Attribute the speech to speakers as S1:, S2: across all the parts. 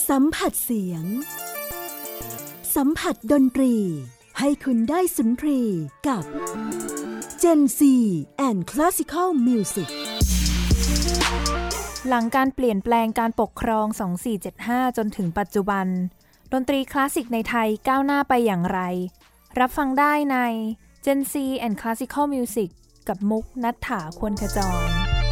S1: สัมผัสเสียงสัมผัสดนตรีให้คุณได้สุนทรีกับ Gen Z and Classical Music
S2: หลังการเปลี่ยนแปลงการปกครอง 2475 จนถึงปัจจุบันดนตรีคลาสสิกในไทยก้าวหน้าไปอย่างไรรับฟังได้ใน Gen Z and Classical Music กับมุกณัฐฐา ควรขจร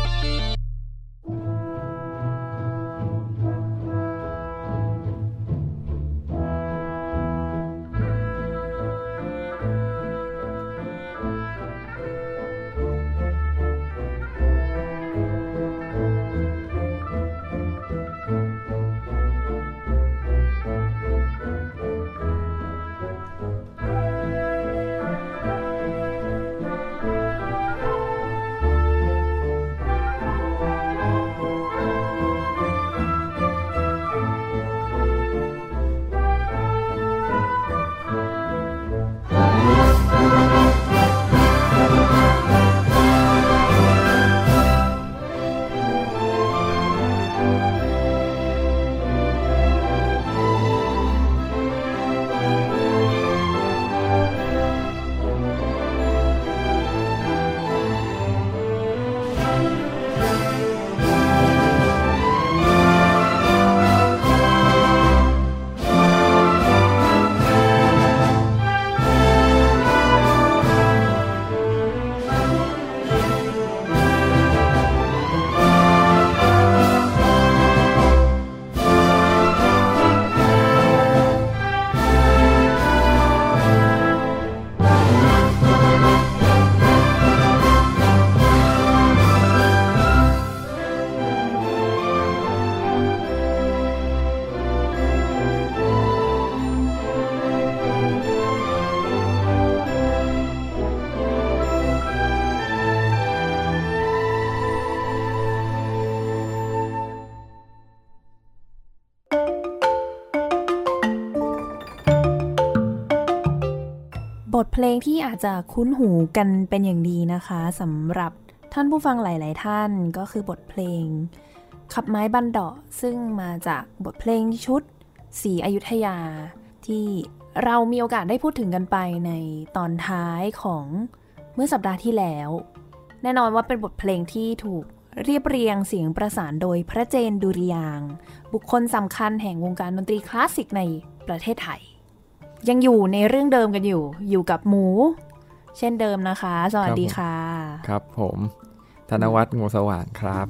S2: บทเพลงที่อาจจะคุ้นหูกันเป็นอย่างดีนะคะสำหรับท่านผู้ฟังหลายๆท่านก็คือบทเพลงขับไม้บันดาะซึ่งมาจากบทเพลงชุดศรีอยุธยาที่เรามีโอกาสได้พูดถึงกันไปในตอนท้ายของเมื่อสัปดาห์ที่แล้วแน่นอนว่าเป็นบทเพลงที่ถูกเรียบเรียงเสียงประสานโดยพระเจนดุริยางค์บุคคลสำคัญแห่งวงการดนตรีคลาสสิกในประเทศไทยยังอยู่ในเรื่องเดิมกันอยู่กับหมูเช่นเดิมนะคะสวัสดีค่ะ
S3: ครับผมธนวัฒน์งูสว่างครับ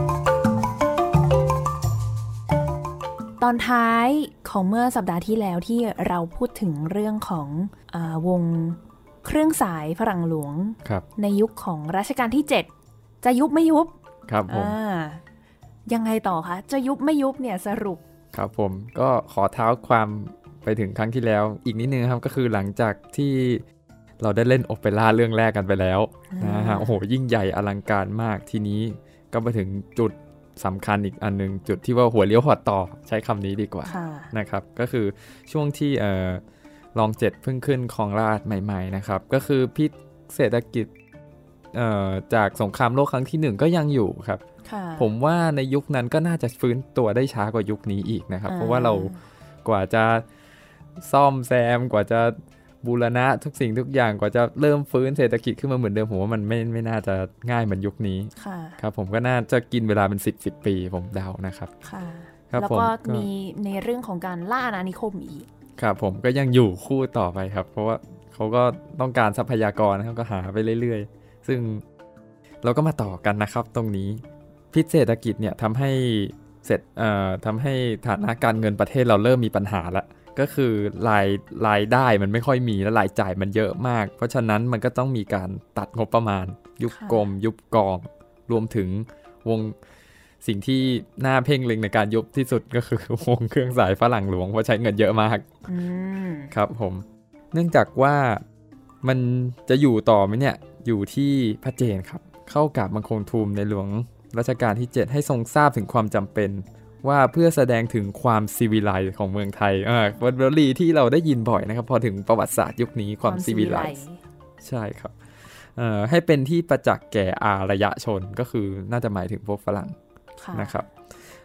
S2: ตอนท้ายของเมื่อสัปดาห์ที่แล้วที่เราพูดถึงเรื่องของวงเครื่องสายฝรั่งหลวงในยุคของรัชกาลที่7จะยุบไม่ยุบ
S3: ครับผม
S2: ยังไงต่อคะจะยุบไม่ยุบเนี่ยสรุป
S3: ครับผมก็ขอเท้าความไปถึงครั้งที่แล้วอีกนิดนึงครับก็คือหลังจากที่เราได้เล่นโอเปร่าเรื่องแรกกันไปแล้วนะฮะโอ้โหยิ่งใหญ่อลังการมากทีนี้ก็มาถึงจุดสำคัญอีกอันนึงจุดที่ว่าหัวเลี้ยวหัวต่อใช้คำนี้ดีกว่านะครับก็คือช่วงที่รอง7เพิ่งขึ้นครองราชย์ใหม่ๆนะครับก็คือพิษเศรษฐกิจจากสงครามโลกครั้งที่1ก็ยังอยู่ครับผมว่าในยุคนั้นก็น่าจะฟื้นตัวได้ช้ากว่ายุคนี้อีกนะครับเพราะว่าเรากว่าจะซ่อมแซมกว่าจะบูรณะทุกสิ่งทุกอย่างกว่าจะเริ่มฟื้นเศรษฐกิจขึ้นมาเหมือนเดิมผมว่ามันไม่น่าจะง่ายเหมือนยุคนี้ครับผมก็น่าจะกินเวลาเป็น10ปีผมเดานะครับ
S2: แล้วก็มีในเรื่องของการล่าอาณานิคมอีก
S3: ครับผมก็ยังอยู่คู่ต่อไปครับเพราะว่าเขาก็ต้องการทรัพยากรนะครับก็หาไปเรื่อยๆซึ่งเราก็มาต่อกันนะครับตรงนี้พิษเศรษฐกิจเนี่ยทำให้ฐานะการเงินประเทศเราเริ่มมีปัญหาละก็คือรายได้มันไม่ค่อยมีและรายจ่ายมันเยอะมากเพราะฉะนั้นมันก็ต้องมีการตัดงบประมาณยุบกรมยุบกองรวมถึงวงสิ่งที่น่าเพ่งเล็งในการยุบที่สุดก็คือวงเครื่องสายฝรั่งหลวงเพราะใช้เงินเยอะมากครับผมเนื่องจากว่ามันจะอยู่ต่อไหมเนี่ยอยู่ที่พระเจนครับเข้ากราบบังคมทูลในหลวงรัชกาลที่7ให้ทรงทราบถึงความจำเป็นว่าเพื่อแสดงถึงความซีวิไลซ์ของเมืองไทยวลีที่เราได้ยินบ่อยนะครับพอถึงประวัติศาสตร์ยุคนี้ความซีวิไลซ์ใช่ครับให้เป็นที่ประจักษ์แก่อารยชนก็คือน่าจะหมายถึงพวกฝรั่งนะครับ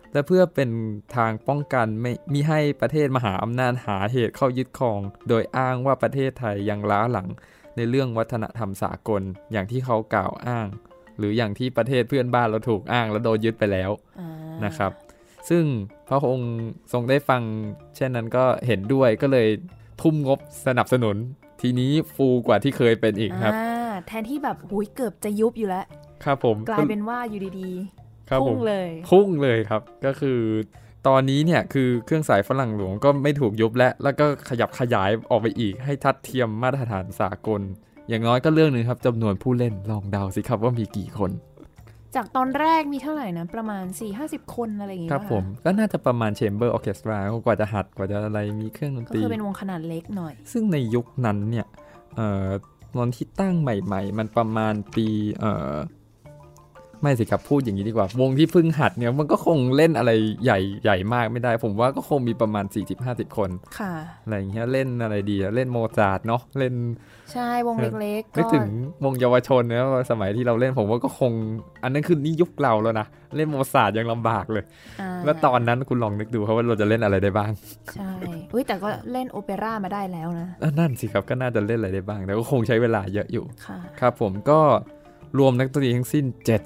S3: และเพื่อเป็นทางป้องกันมิให้ประเทศมหาอำนาจหาเหตุเข้ายึดครองโดยอ้างว่าประเทศไทยยังล้าหลังในเรื่องวัฒนธรรมสากลอย่างที่เขากล่าวอ้างหรืออย่างที่ประเทศเพื่อนบ้านเราถูกอ้างแล้วโดนยึดไปแล้วนะครับซึ่งพระองค์ทรงได้ฟังเช่นนั้นก็เห็นด้วยก็เลยทุ่มงบสนับสนุนทีนี้ฟูกว่าที่เคยเป็นอีกครับ
S2: แทนที่แบบหุยเกือบจะยุบอยู่แล้ว
S3: ครับผม
S2: กลายเป็นว่าอยู่ดีๆพุ่ง
S3: เลยครับก็คือตอนนี้เนี่ยคือเครื่องสายฝรั่งหลวงก็ไม่ถูกยุบแล้วก็ขยับขยายออกไปอีกให้ทัดเทียมมาตรฐานสากลอย่างน้อยก็เรื่องนึงครับจำนวนผู้เล่นลองเดาสิครับว่ามีกี่คน
S2: จากตอนแรกมีเท่าไหร่นะประมาณ 4-50 คนอะไรอย่างเงี้ย
S3: ครับผมก็น่าจะประมาณ Chamber Orchestra กว่าจะหัดกว่าจะอะไรมีเครื่องดนตรี
S2: ก็คือเป็นวงขนาดเล็กหน่อย
S3: ซึ่งในยุคนั้นเนี่ยตอนที่ตั้งใหม่ๆมันประมาณปีไม่สิครับพูดอย่างนี้ดีกว่าวงที่เพิ่งหัดเนี่ยมันก็คงเล่นอะไรใหญ่มากไม่ได้ผมว่าก็คงมีประมาณ 40-50 คน
S2: ค่ะ
S3: อะไรอย่างเงี้ยเล่นอะไรดีเล่นโมซาร์ทเนาะเล่น
S2: ใช่วงเล็กๆ
S3: ก็นึกถึงวงเยาวชนนะสมัยที่เราเล่นผมว่าก็คงอันนั้นคือนี่ยุคเราแล้วนะเล่นโมซาร์ทยังลำบากเลยแล้วตอนนั้นคุณลองนึกดูครับว่าเราจะเล่นอะไรได้บ้าง
S2: ใช่แต่ก็เล่นโอเปร่ามาได้แล้วนะ
S3: นั่นสิครับก็น่าจะเล่นอะไรได้บ้างแต่ก็คงใช้เวลาเยอะอยู่ครับผมก็รวมนักดนตรีทั้งสิ้น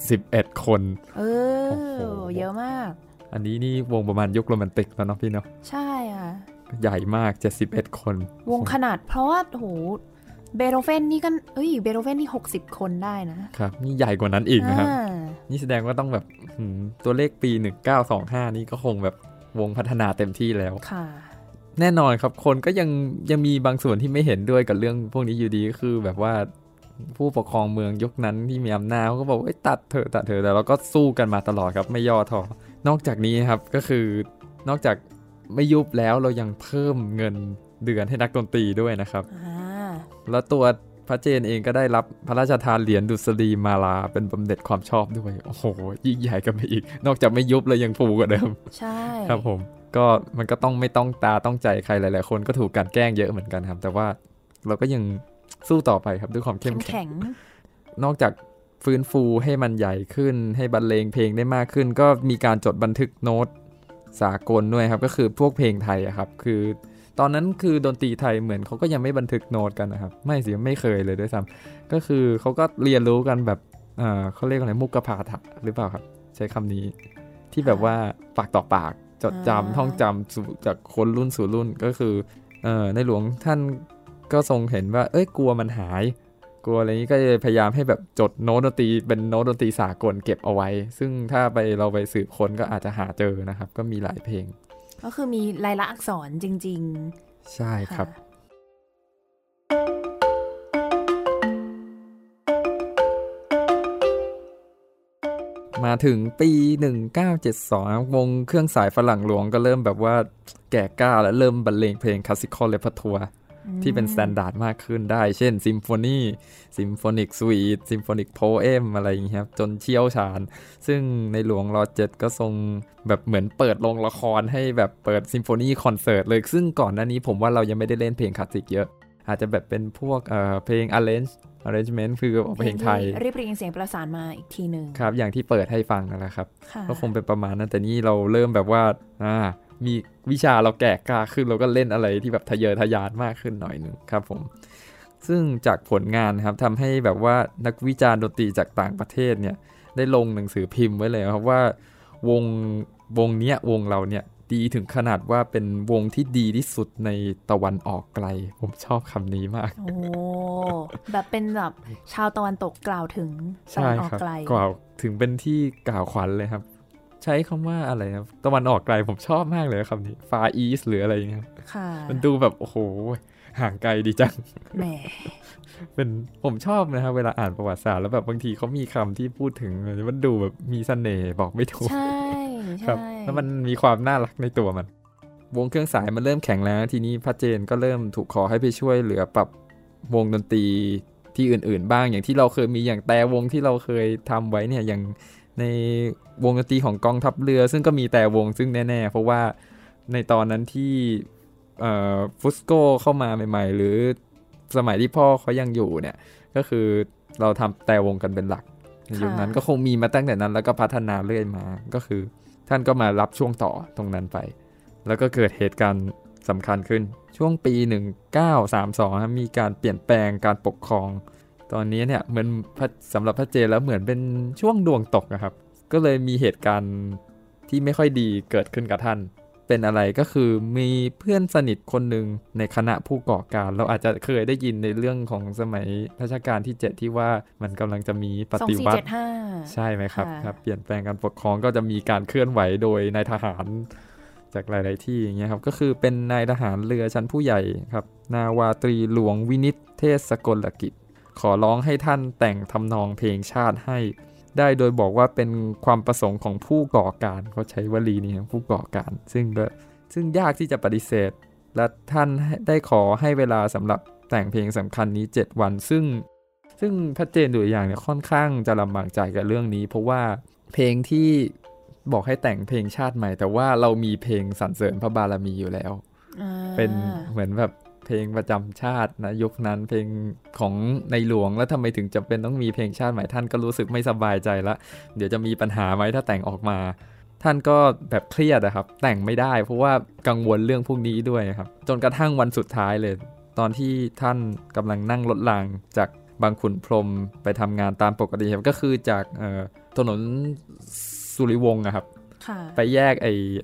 S3: 71คน
S2: เยอะมาก
S3: อันนี้นี่วงประมาณยุคโรแมนติกแล้วเนาะพี่เนาะ
S2: ใช่ค่ะ
S3: ใหญ่มาก71คน
S2: วงขนาดเพราะว่าโหเบโธเฟนนี่ก็เบโธเฟนนี่60คนได้
S3: นะครับนี่ใหญ่กว่านั้นอีกนะครับนี่แสดงว่าต้องแบบตัวเลขปี1925นี่ก็คงแบบวงพัฒนาเต็มที่แล้ว
S2: ค่ะ
S3: แน่นอนครับคนก็ยังมีบางส่วนที่ไม่เห็นด้วยกับเรื่องพวกนี้อยู่ดีก็คือแบบว่าผู้ปกครองเมืองยุคนั้นที่มีอำนาจเขาก็บอกว่าตัดเถอะแต่เราก็สู้กันมาตลอดครับไม่ย่อท้อนอกจากนี้ครับก็คือนอกจากไม่ยุบแล้วเรายังเพิ่มเงินเดือนให้นักดนตรีด้วยนะครับแล้วตัวพระเจนเองก็ได้รับพระราชทานเหรียญดุษฎีมาลาเป็นบำเหน็จความชอบด้วยโอ้โหยิ่งใหญ่กันไปอีกนอกจากไม่ยุบเลยยังฟูกว่าเดิม
S2: ใช่
S3: ครับผมก็มันก็ไม่ต้องตาต้องใจใครหลายๆคนก็ถูกการแกล้งเยอะเหมือนกันครับแต่ว่าเราก็ยังสู้ต่อไปครับด้วยความเข้มแข็งนอกจากฟื้นฟูให้มันใหญ่ขึ้นให้บรรเลงเพลงได้มากขึ้นก็มีการจดบันทึกโน้ตสากลด้วยครับก็คือพวกเพลงไทยครับคือตอนนั้นคือดนตรีไทยเหมือนเขาก็ยังไม่บันทึกโน้ตกันนะครับไม่เคยเลยด้วยซ้ำก็คือเขาก็เรียนรู้กันแบบเขาเรียกอะไรมุกกะพาถะหรือเปล่าครับใช้คำนี้ที่แบบว่าปากต่อปากจดจำท่องจำจากคนรุ่นสู่รุ่นก็คือในหลวงท่านก็ทรงเห็นว่ากลัวมันหายกลัวอะไรนี้ก็พยายามให้แบบจดโน้ตดนตรีเป็นโน้ตดนตรีสากลเก็บเอาไว้ซึ่งถ้าเราไปสืบค้นก็อาจจะหาเจอนะครับก็มีหลายเพลง
S2: ก็คือมีลายลักษณ์อักษรจริง
S3: ๆใช่ครับมาถึงปี1972วงเครื่องสายฝรั่งหลวงก็เริ่มแบบว่าแก่กล้าและเริ่มบรรเลงเพลงคลาสสิคอลเรเปอร์ทัวร์ที่เป็นสแตนดาร์ดมากขึ้นได้เช่นซิมโฟนีซิมโฟนิกสวีทซิมโฟนิกโพเอมอะไรอย่างเงี้ยครับจนเชี่ยวชาญซึ่งในหลวงรอ7ก็ทรงแบบเหมือนเปิดโรงละครให้แบบเปิดซิมโฟนีคอนเสิร์ตเลยซึ่งก่อนหน้านี้ผมว่าเรายังไม่ได้เล่นเพลงคลาสสิกเยอะอาจจะแบบเป็นพวกเพลง arrangement คือเพลงไทย
S2: เรียบเรียงเสียงประสานมาอีกทีนึง
S3: ครับอย่างที่เปิดให้ฟังนั่นแหละครับก็คงเป็นประมาณนั้นแต่นี่เราเริ่มแบบว่ามีวิชาเราแก่กล้าขึ้นเราก็เล่นอะไรที่แบบทะเยอทะยานมากขึ้นหน่อยนึงครับผมซึ่งจากผลงานครับทำให้แบบว่านักวิจารณ์ดนตรีจากต่างประเทศเนี่ยได้ลงหนังสือพิมพ์ไว้เลยครับว่าวงเราเนี่ยดีถึงขนาดว่าเป็นวงที่ดีที่สุดในตะวันออกไกลผมชอบคำนี้มาก
S2: โอ้แบบเป็นแบบชาวตะวันตกกล่าวถึงตะวันออกไกล
S3: กล่าวถึงเป็นที่กล่าวขวัญเลยครับใช้คำว่าอะไรครับตะวันออกไกลผมชอบมากเลยคำนี้ Far East หรืออะไรอย่างเงี้ยมันดูแบบโอ้โหห่างไกลดีจัง
S2: แหม
S3: เป็นผมชอบนะครับเวลาอ่านประวัติศาสตร์แล้วแบบบางทีเขามีคำที่พูดถึงมันดูแบบมีเสน่ห์บอกไม่ถูก
S2: ใช่
S3: ครับแล้วมันมีความน่ารักในตัวมันวงเครื่องสายมันเริ่มแข็งแล้วทีนี้พระเจนก็เริ่มถูกขอให้ไปช่วยเหลือปรับวงดนตรีที่อื่นๆบ้างอย่างที่เราเคยมีอย่างแต่วงที่เราเคยทำไว้เนี่ยอย่างในวงดนตรีของกองทัพเรือซึ่งก็มีแต่วงซึ่งแน่ๆเพราะว่าในตอนนั้นที่ฟุสโกเข้ามาใหม่ๆหรือสมัยที่พ่อเขายังอยู่เนี่ยก็คือเราทำแต่วงกันเป็นหลักในยุคนั้นก็คงมีมาตั้งแต่นั้นแล้วก็พัฒนาเรื่อยมาก็คือท่านก็มารับช่วงต่อตรงนั้นไปแล้วก็เกิดเหตุการณ์สำคัญขึ้นช่วงปี1932มีการเปลี่ยนแปลงการปกครองตอนนี้เนี่ยเหมือนสำหรับพระเจนแล้วเหมือนเป็นช่วงดวงตกนะครับก็เลยมีเหตุการณ์ที่ไม่ค่อยดีเกิดขึ้นกับท่านเป็นอะไรก็คือมีเพื่อนสนิทคนหนึ่งในคณะผู้ก่อการเราอาจจะเคยได้ยินในเรื่องของสมัยรัชกาลที่7ที่ว่ามันกำลังจะมีปฏิวัติใช่ไหมครับครับเปลี่ยนแปลงการปกครองก็จะมีการเคลื่อนไหวโดยนายทหารจากหลายๆที่อย่างเงี้ยครับก็คือเป็นนายทหารเรือชั้นผู้ใหญ่ครับนาวาตรีหลวงวินิตเทศสกลกิจขอร้องให้ท่านแต่งทำนองเพลงชาติให้ได้โดยบอกว่าเป็นความประสงค์ของผู้ก่อการเขาใช้วลีนี้ผู้ก่อการซึ่งยากที่จะปฏิเสธและท่านได้ขอให้เวลาสำหรับแต่งเพลงสำคัญนี้7วันซึ่งพระเจนดูอย่างเนี่ยค่อนข้างจะลำบากใจกับเรื่องนี้เพราะว่าเพลงที่บอกให้แต่งเพลงชาติใหม่แต่ว่าเรามีเพลงสรรเสริญพระบารมีอยู่แล้วเป็นเหมือนแบบเพลงประจำชาตินะยุคนั้นเพลงของในหลวงแล้วทำไมถึงจำเป็นต้องมีเพลงชาติใหม่ท่านก็รู้สึกไม่สบายใจละเดี๋ยวจะมีปัญหาไหมถ้าแต่งออกมาท่านก็แบบเครียดนะครับแต่งไม่ได้เพราะว่ากังวลเรื่องพวกนี้ด้วยครับจนกระทั่งวันสุดท้ายเลยตอนที่ท่านกำลังนั่งรถรางจากบางขุนพรหมไปทำงานตามปกติครับก็คือจากถนนสุริวงศ์ครับไปแยก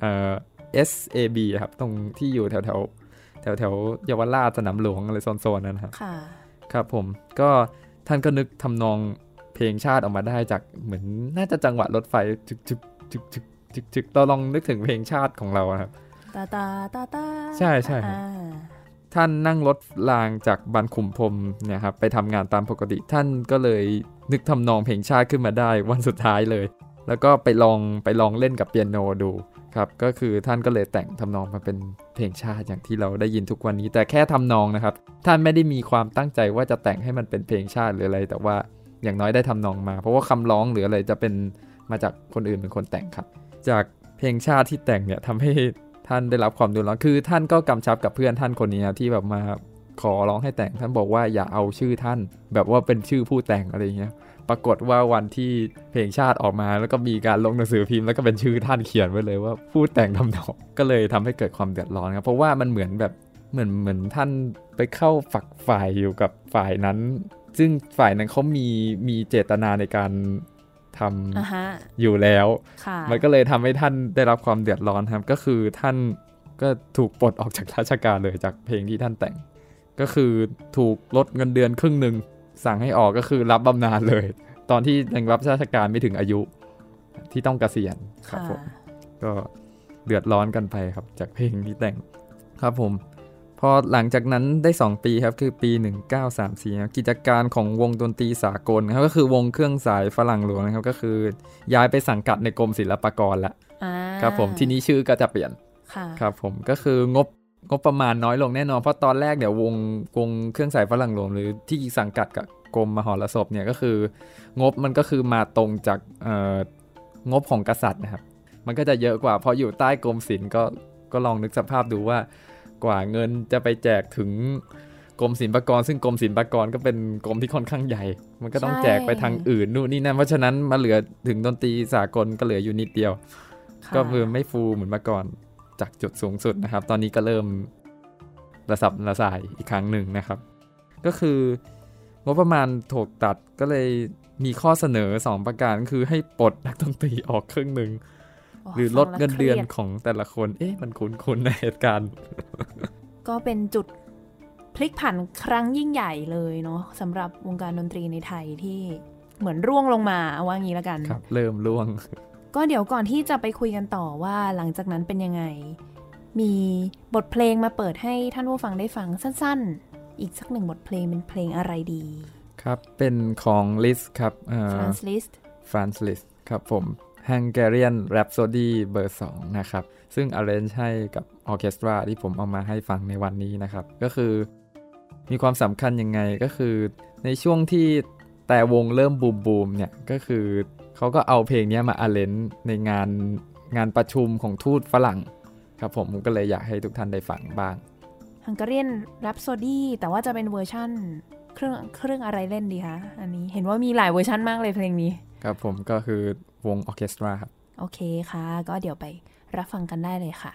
S3: SAB ครับตรงที่อยู่แถวเยาวราชสนามหลวงอะไรโซนๆนั้นครับครับผมก็ท่านก็นึกทำนองเพลงชาติออกมาได้จากเหมือนน่าจะจังหวะรถไฟจึกเราลองนึกถึงเพลงชาติของเราครับตาใช่ท่านนั่งรถรางจากบางขุนพรหมเนี่ยครับไปทำงานตามปกติท่านก็เลยนึกทำนองเพลงชาติขึ้นมาได้วันสุดท้ายเลยแล้วก็ไปลองเล่นกับเปียโนดูครับก็คือท่านก็เลยแต่งทำนองมาเป็นเพลงชาติอย่างที่เราได้ยินทุกวันนี้แต่แค่ทำนองนะครับท่านไม่ได้มีความตั้งใจว่าจะแต่งให้มันเป็นเพลงชาติหรืออะไรแต่ว่าอย่างน้อยได้ทำนองมาเพราะว่าคำร้องหรืออะไรจะเป็นมาจากคนอื่นเป็นคนแต่งครับจากเพลงชาติที่แต่งเนี่ยทำให้ท่านได้รับความเดือดร้อนคือท่านก็กำชับกับเพื่อนท่านคนนี้ที่แบบมาขอร้องให้แต่งท่านบอกว่าอย่าเอาชื่อท่านแบบว่าเป็นชื่อผู้แต่งอะไรเงี้ยปรากฏว่าวันที่เพลงชาติออกมาแล้วก็มีการลงหนังสือพิมพ์แล้วก็เป็นชื่อท่านเขียนไว้เลยว่าผู้แต่งทำนองก็เลยทำให้เกิดความเดือดร้อนครับเพราะว่ามันเหมือนแบบเหมือนท่านไปเข้าฝักฝ่ายอยู่กับฝ่ายนั้นซึ่งฝ่ายนั้นเขามีเจตนาในการทำอยู่แล้วมันก็เลยทำให้ท่านได้รับความเดือดร้อนครับก็คือท่านก็ถูกปลดออกจากราชการเลยจากเพลงที่ท่านแต่งก็คือถูกลดเงินเดือนครึ่งนึงสั่งให้ออกก็คือรับบำนาญเลยตอนที่ยังรับราชการไม่ถึงอายุที่ต้องเกษียณครับผมก็เดือดร้อนกันไปครับจากเพลงที่แต่งครับผมพอหลังจากนั้นได้2ปีครับคือปี1934กิจการของวงดนตรีสากลครับก็คือวงเครื่องสายฝรั่งหลวงนะครับก็คือย้ายไปสังกัดในกรมศิลปากรแล้วครับผมที่นี้ชื่อก็จะเปลี่ยนครับผมก็คืองบประมาณน้อยลงแน่นอนเพราะตอนแรกเดี๋ยววงเครื่องสายฝรั่งหลวงหรือที่สังกัดกับกรมมหรสพเนี่ยก็คืองบมันก็คือมาตรงจากงบของกษัตริย์นะครับมันก็จะเยอะกว่าพออยู่ใต้กรมศิลป์ก็ลองนึกสภาพดูว่ากว่าเงินจะไปแจกถึงกรมศิลปากรซึ่งกรมศิลปากรก็เป็นกรมที่ค่อนข้างใหญ่มันก็ต้องแจกไปทางอื่นนู่นนี่นั่นเพราะฉะนั้นมาเหลือถึงดนตรีสากลก็เหลืออยู่นิดเดียวก็คือไม่ฟูเหมือนเมื่อก่อนจากจุดสูงสุดนะครับตอนนี้ก็เริ่มระสับระสายอีกครั้งหนึ่งนะครับก็คืองบประมาณถูกตัดก็เลยมีข้อเสนอ2ประการคือให้ปลดนักดนตรีออกครึ่งนึงหรือลดเงินเดือนของแต่ละคนมันคุ้นๆในเหตุการณ์
S2: ก็เป็นจุดพลิกผันครั้งยิ่งใหญ่เลยเนาะสำหรับวงการดนตรีในไทยที่เหมือนร่วงลงมาเอาว่างี้ละกัน
S3: ครับเริ่มร่วง
S2: ก็เดี๋ยวก่อนที่จะไปคุยกันต่อว่าหลังจากนั้นเป็นยังไงมีบทเพลงมาเปิดให้ท่านผู้ฟังได้ฟังสั้นๆอีกสักหนึ่งบทเพลงเป็นเพลงอะไรดี
S3: ครับเป็นของ Liszt ครับ
S2: Franz
S3: Liszt ครับผม Hungarian Rhapsody เบอร์ 2นะครับซึ่ง arrange ให้กับออร์เคสตราที่ผมเอามาให้ฟังในวันนี้นะครับก็คือมีความสำคัญยังไงก็คือในช่วงที่แต่วงเริ่มบูมเนี่ยก็คือเขาก็เอาเพลงนี้มา arrange ในงานประชุมของทูตฝรั่งครับผมก็เลยอยากให้ทุกท่านได้ฟังบ้าง
S2: Hungarian Rhapsody แต่ว่าจะเป็นเวอร์ชั่นเครื่องอะไรเล่นดีคะอันนี้เห็นว่ามีหลายเวอร์ชั่นมากเลยเพลงนี้
S3: ครับผมก็คือวงออร์เคสตราครับ
S2: โอเคค่ะก็เดี๋ยวไปรับฟังกันได้เลยค่ะ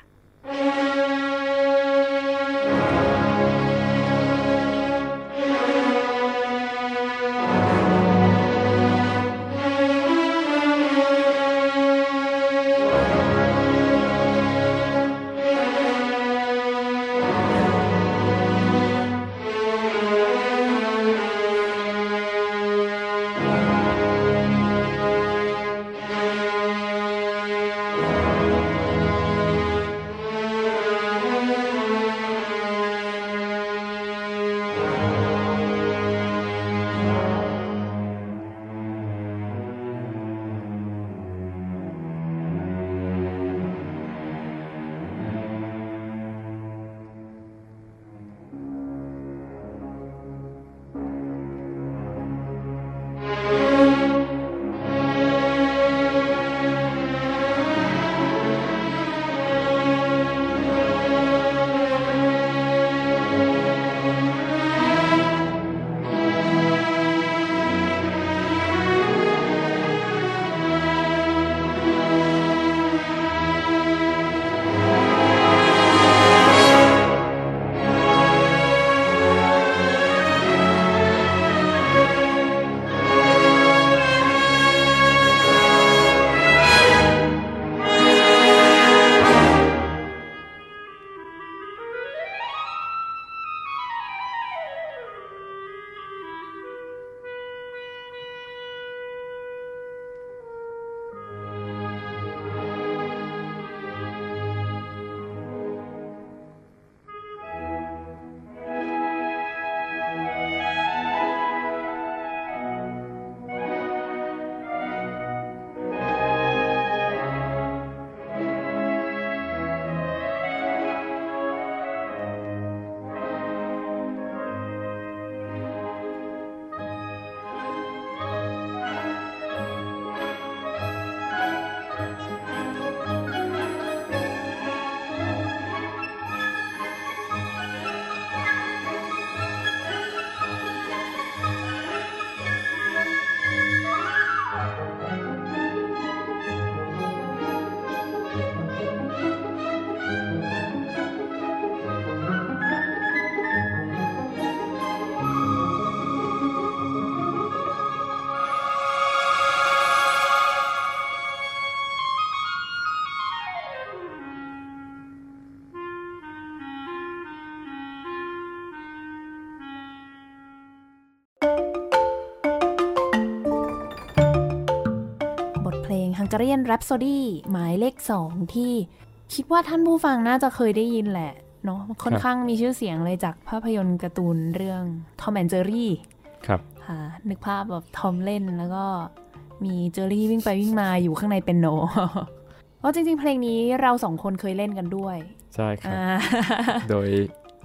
S2: Hungarian Rhapsody หมายเลข2ที่คิดว่าท่านผู้ฟังน่าจะเคยได้ยินแหละเนาะค่อนข้างมีชื่อเสียงเลยจากภาพยนตร์การ์ตูนเรื่อง Tom and Jerry
S3: ครับ
S2: ค่ะนึกภาพแบบทอมเล่นแล้วก็มีเจอรี่วิ่งไปวิ่งมาอยู่ข้างในเปียโนเพราะจริงๆเพลงนี้เรา2คนเคยเล่นกันด้วย
S3: ใช่ครับโดย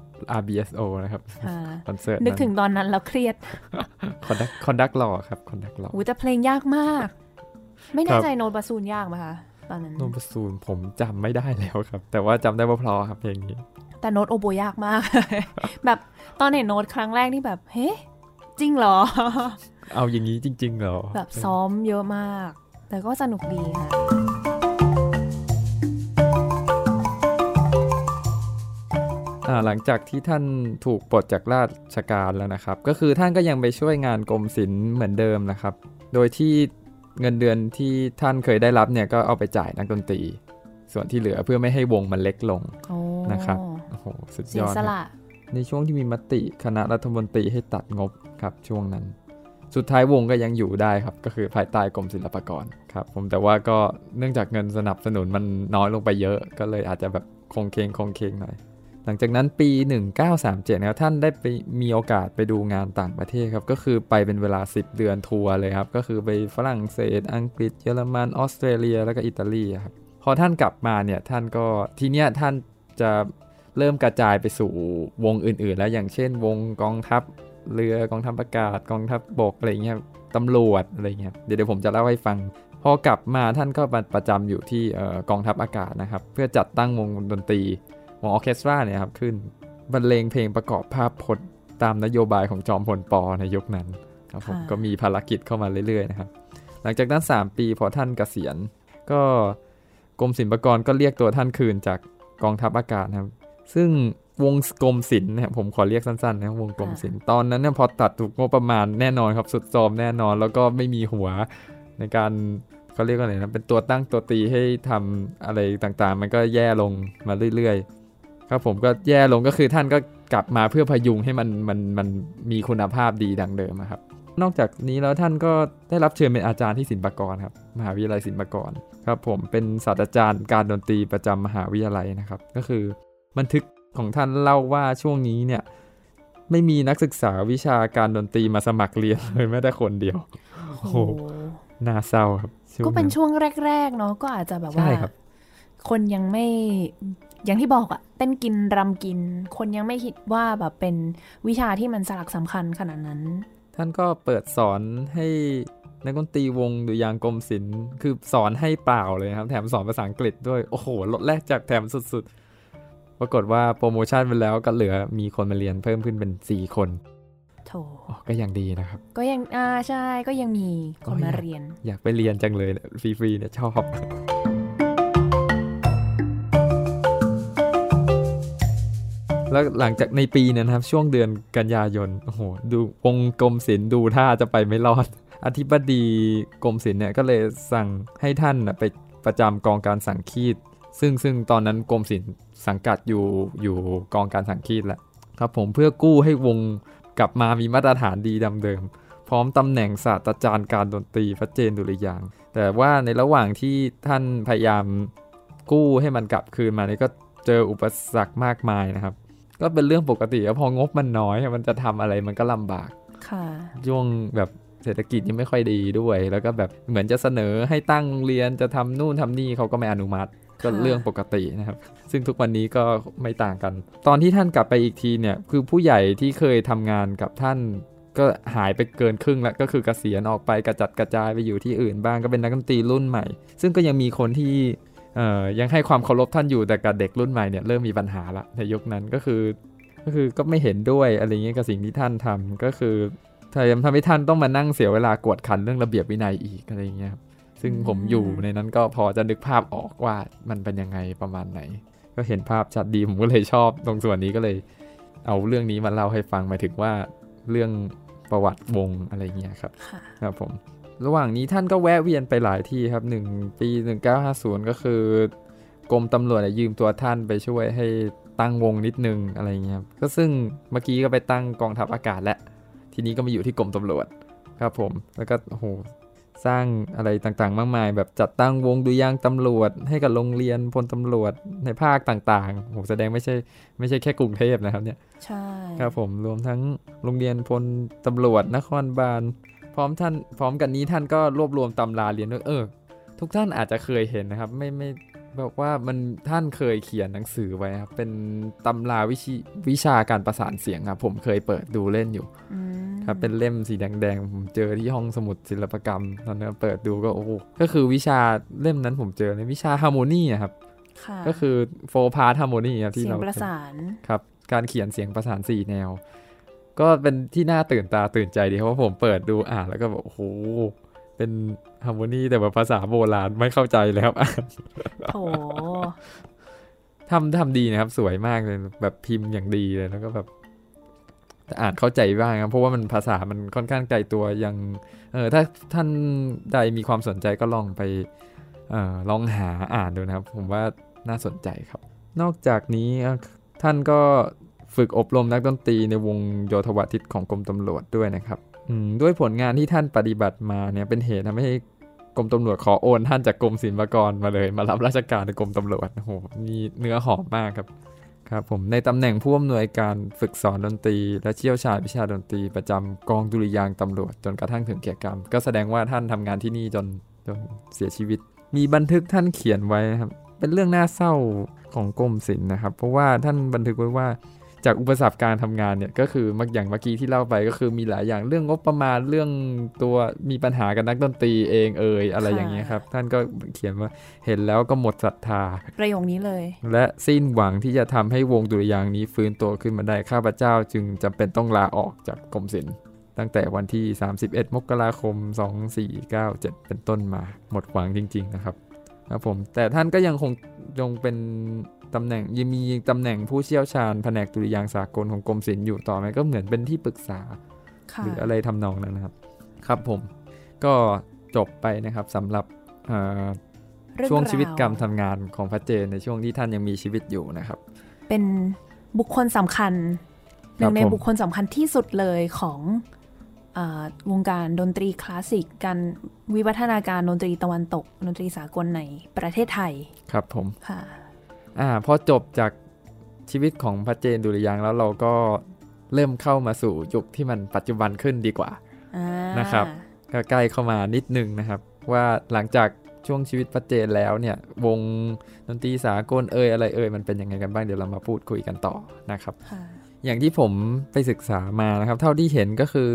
S3: RBSO นะครับคอนเสิร์ต
S2: นึกถึงตอนนั้นแล้วเครียด
S3: คอนดักหล่อครับคอนดักหล่อ
S2: แต่เพลงยากมากไม่แน่ใจโน้ตบาซูนยากไหมคะตอนนั้น
S3: โน้ตบาซูนผมจำไม่ได้แล้วครับแต่ว่าจำได้ว่าเพราะครับเพลงนี้
S2: แต่โน้ตโอโบยากมากแบบตอนเห็นโน้ตครั้งแรกนี่แบบเฮ้จริงเหรอ
S3: เอาอย่างนี้จริงๆเหรอ
S2: แบบซ้อมเยอะมากแต่ก็สนุกดีค่ะ
S3: หลังจากที่ท่านถูกปลดจากราชการแล้วนะครับก็คือท่านก็ยังไปช่วยงานกรมศิลป์เหมือนเดิมนะครับโดยที่เงินเดือนที่ท่านเคยได้รับเนี่ยก็เอาไปจ่ายนักดนตรีส่วนที่เหลือเพื่อไม่ให้วงมันเล็กลงนะครับโอ้โหสุดยอดในช่วงที่มีมติคณะรัฐมนตรีให้ตัดงบครับช่วงนั้นสุดท้ายวงก็ยังอยู่ได้ครับก็คือภายใต้กรมศิลปากรครับผมแต่ว่าก็เนื่องจากเงินสนับสนุนมันน้อยลงไปเยอะก็เลยอาจจะแบบคงเคงหน่อยหลังจากนั้นปี1937นะครับท่านได้ไปมีโอกาสไปดูงานต่างประเทศครับก็คือไปเป็นเวลา10เดือนทัวร์เลยครับก็คือไปฝรั่งเศสอังกฤษเยอรมันออสเตรเลียแล้วก็อิตาลีครับพอท่านกลับมาเนี่ยท่านก็ทีเนี้ยท่านจะเริ่มกระจายไปสู่วงอื่นๆแล้วอย่างเช่นวงกองทัพเรือกองทัพอากาศกองทัพบกอะไรเงี้ยตำรวจอะไรเงี้ยเดี๋ยวผมจะเล่าให้ฟังพอกลับมาท่านก็ประจำอยู่ที่กองทัพอากาศนะครับเพื่อจัดตั้งวงดนตรีวงออร์เคสตราเนี่ยครับขึ้นบรรเลงเพลงประกอบภาพพจน์ตามนโยบายของจอมพลป.ในยุคนั้นครับผมก็มีภารกิจเข้ามาเรื่อยๆนะครับหลังจากนั้น3ปีพอท่านเกษียณก็กรมศิลปากรก็เรียกตัวท่านคืนจากกองทัพอากาศนะครับซึ่งวงกรมศิลป์เนี่ยผมขอเรียกสั้นๆนะวงกรมศิลป์ตอนนั้นเนี่ยพอตัดถูกงบประมาณแน่นอนครับสุดโทรมแน่นอนแล้วก็ไม่มีหัวในการเขาเรียกว่าอะไรนะเป็นตัวตั้งตัวตีให้ทำอะไรต่างๆมันก็แย่ลงมาเรื่อยๆครับผมก็แย่ลงก็คือท่านก็กลับมาเพื่อพยุงให้มันมีคุณภาพดีดังเดิมครับนอกจากนี้แล้วท่านก็ได้รับเชิญเป็นอาจารย์ที่ศิลปากรครับมหาวิทยาลัยศิลปากรครับผมเป็นศาสตราจารย์การดนตรีประจำมหาวิทยาลัยนะครับก็คือบันทึกของท่านเล่าว่าช่วงนี้เนี่ยไม่มีนักศึกษาวิชาการดนตรีมาสมัครเรียนเลยแม้แต่คนเดียวโอ้โหน่าเศร้าครับ
S2: ก็เป็นช่วงแรกๆเนาะก็อาจจะแบบว่าคนยังไม่อย่างที่บอกอะเต้นกินรำกินคนยังไม่คิดว่าแบบเป็นวิชาที่มันสลักสำคัญขนาดนั้น
S3: ท่านก็เปิดสอนให้นักดนตรีวงดุริยางค์กรมศิลป์คือสอนให้เปล่าเลยครับแถมสอนภาษาอังกฤษด้วยโอ้โหลดแรกจากแถมสุดๆปรากฏว่าโปรโมชั่นไปแล้วก็เหลือมีคนมาเรียนเพิ่มขึ้นเป็น4คน
S2: โถ
S3: ก็ยังดีนะครับ
S2: ก็ยังใช่ก็ยังมีคนมาเรียน
S3: อยากไปเรียนจังเลยฟรีๆเนี่ยชอบแล้วหลังจากในปีนั้นครับช่วงเดือนกันยายนโอ้โหดูวงกรมศิลป์ดูท่าจะไปไม่รอดอธิบดีกรมศิลป์เนี่ยก็เลยสั่งให้ท่านไปประจำกองการสังคีตซึ่งตอนนั้นกรมศิลป์สังกัดอยู่กองการสังคีตแหละครับผมเพื่อกู้ให้วงกลับมามีมาตรฐานดีดังเดิมพร้อมตำแหน่งศาสตราจารย์การดนตรีพระเจนดุริยางค์แต่ว่าในระหว่างที่ท่านพยายามกู้ให้มันกลับคืนมานี่ก็เจออุปสรรคมากมายนะครับก็เป็นเรื่องปกติพองบมันน้อยมันจะทำอะไรมันก็ลำบากช่วงแบบเศรษฐกิจยังไม่ค่อยดีด้วยแล้วก็แบบเหมือนจะเสนอให้ตั้งโรงเรียนจะทำนู่นทำนี่เขาก็ไม่อนุมัติก็เรื่องปกตินะครับซึ่งทุกวันนี้ก็ไม่ต่างกันตอนที่ท่านกลับไปอีกทีเนี่ยคือผู้ใหญ่ที่เคยทำงานกับท่านก็หายไปเกินครึ่งแล้วก็คือเกษียณออกไปกระจัดกระจายไปอยู่ที่อื่นบ้างก็เป็นนักดนตรีรุ่นใหม่ซึ่งก็ยังมีคนที่ยังให้ความเคารพท่านอยู่แต่กับเด็กรุ่นใหม่เนี่ยเริ่มมีปัญหาละในยุคนั้นก็คือก็ไม่เห็นด้วยอะไรเงี้ยกับสิ่งที่ท่านทำก็คือทำให้ท่านต้องมานั่งเสียเวลากวดขันเรื่องระเบียบวินัยอีกอะไรเงี้ยซึ่งผมอยู่ในนั้นก็พอจะนึกภาพออกว่ามันเป็นยังไงประมาณไหนก็เห็นภาพชัดดีผมก็เลยชอบตรงส่วนนี้ก็เลยเอาเรื่องนี้มาเล่าให้ฟังหมายถึงว่าเรื่องประวัติวงอะไรเงี้ยครับครับผมระหว่างนี้ท่านก็แวะเวียนไปหลายที่ครับ1ปี1950ก็คือกรมตำรวจยืมตัวท่านไปช่วยให้ตั้งวงนิดนึงอะไรเงี้ยก็ซึ่งเมื่อกี้ก็ไปตั้งกองทัพอากาศและทีนี้ก็มาอยู่ที่กรมตำรวจครับผมแล้วก็โอ้โหสร้างอะไรต่างๆมากมายแบบจัดตั้งวงดุริยางค์ตำรวจให้กับโรงเรียนพลตำรวจในภาคต่างๆโหแสดงไม่ใช่แค่กรุงเทพนะครับเนี่ย
S2: ใช่
S3: ครับผมรวมทั้งโรงเรียนพลตำรวจนครบาลพร้อมกันนี้ท่านก็รวบรวมตำราเรียนด้วยทุกท่านอาจจะเคยเห็นนะครับไม่บอกว่าท่านเคยเขียนหนังสือไว้ครับเป็นตำราวิชาการประสานเสียงครับผมเคยเปิดดูเล่นอยู่ครับเป็นเล่มสีแดงๆผมเจอที่ห้องสมุดศิลปกรรมตอนนั้นเปิดดูก็โอ้ก็คือวิชาเล่มนั้นผมเจอในวิชาฮาร์โมนีครับก็คือ4 พาร์ทฮาร์โมนีที่เรา
S2: เสียงประสาน
S3: ครับการเขียนเสียงประสาน4แนวก็เป็นที่น่าตื่นตาตื่นใจดีเพราะว่าผมเปิดดูอ่านแล้วก็แบบโอ้โหเป็นฮาร์โมนีแต่แบบภาษาโบราณไม่เข้าใจเลยครับ
S2: โอ้
S3: ทำดีนะครับสวยมากเลยแบบพิมพ์อย่างดีเลยแล้วก็แบบอ่านเข้าใจบ้างครับเพราะว่ามันภาษามันค่อนข้างไกลตัวยังถ้าท่านใดมีความสนใจก็ลองไปลองหาอ่านดูนะครับผมว่าน่าสนใจครับนอกจากนี้ท่านก็ฝึกอบรมนักดนตรีในวงโยธวาทิตของกรมตำรวจด้วยนะครับด้วยผลงานที่ท่านปฏิบัติมาเนี่ยเป็นเหตุทำให้กรมตำรวจขอโอนท่านจากกรมศิลปากรมาเลยมารับราชการในกรมตำรวจโอ้โหมีเนื้อหอมมากครับผมในตำแหน่งผู้อำนวยการฝึกสอนดนตรีและเชี่ยวชาญวิชาดนตรีประจำกองดุริยางค์ตำรวจจนกระทั่งถึงแก่กรรมก็แสดงว่าท่านทำงานที่นี่จนเสียชีวิตมีบันทึกท่านเขียนไว้ครับเป็นเรื่องน่าเศร้าของกรมศิลป์นะครับเพราะว่าท่านบันทึกไว้ว่าจากอุปสรรคการทำงานเนี่ยก็คืออย่างเมื่อกี้ที่เล่าไปก็คือมีหลายอย่างเรื่องงบประมาณเรื่องตัวมีปัญหากับนักดนตรีเองอะไรอย่างเงี้ยครับท่านก็เขียนว่าเห็นแล้วก็หมดศรัทธา
S2: ประโยคนี้เลย
S3: และสิ้นหวังที่จะทำให้วงดุริยางค์นี้ฟื้นตัวขึ้นมาได้ข้าพเจ้าจึงจำเป็นต้องลาออกจากกรมศิลป์ตั้งแต่วันที่31 มกราคม 2497เป็นต้นมาหมดหวังจริงๆนะครับครับผมแต่ท่านก็ยังคงเป็นตำแหน่งยังมีตำแหน่งผู้เชี่ยวชาญแผนกดุริยางค์สากลของกรมศิลป์อยู่ต่อไหมก็เหมือนเป็นที่ปรึกษาหรืออะไรทำนองนั้นนะครับครับผมก็จบไปนะครับสำหรับช่วงชีวิตการทำงานของพระเจนในช่วงที่ท่านยังมีชีวิตอยู่นะครับ
S2: เป็นบุคคลสำคัญหนึ่งในบุคคลสำคัญที่สุดเลยของวงการดนตรีคลาสสิกการวิวัฒนาการดนตรีตะวันตกดนตรีสากลในประเทศไทยครับ
S3: ผมค่ะพอจบจากชีวิตของพระเจนดุริยางค์แล้วเราก็เริ่มเข้ามาสู่ยุคที่มันปัจจุบันขึ้นดีกว่านะครับก็ใกล้เข้ามานิดนึงนะครับว่าหลังจากช่วงชีวิตพระเจนแล้วเนี่ยวงดนตรีสากลอะไรมันเป็นยังไงกันบ้างเดี๋ยวเรามาพูดคุยกันต่อนะครับอย่างที่ผมไปศึกษามานะครับเท่าที่เห็นก็คือ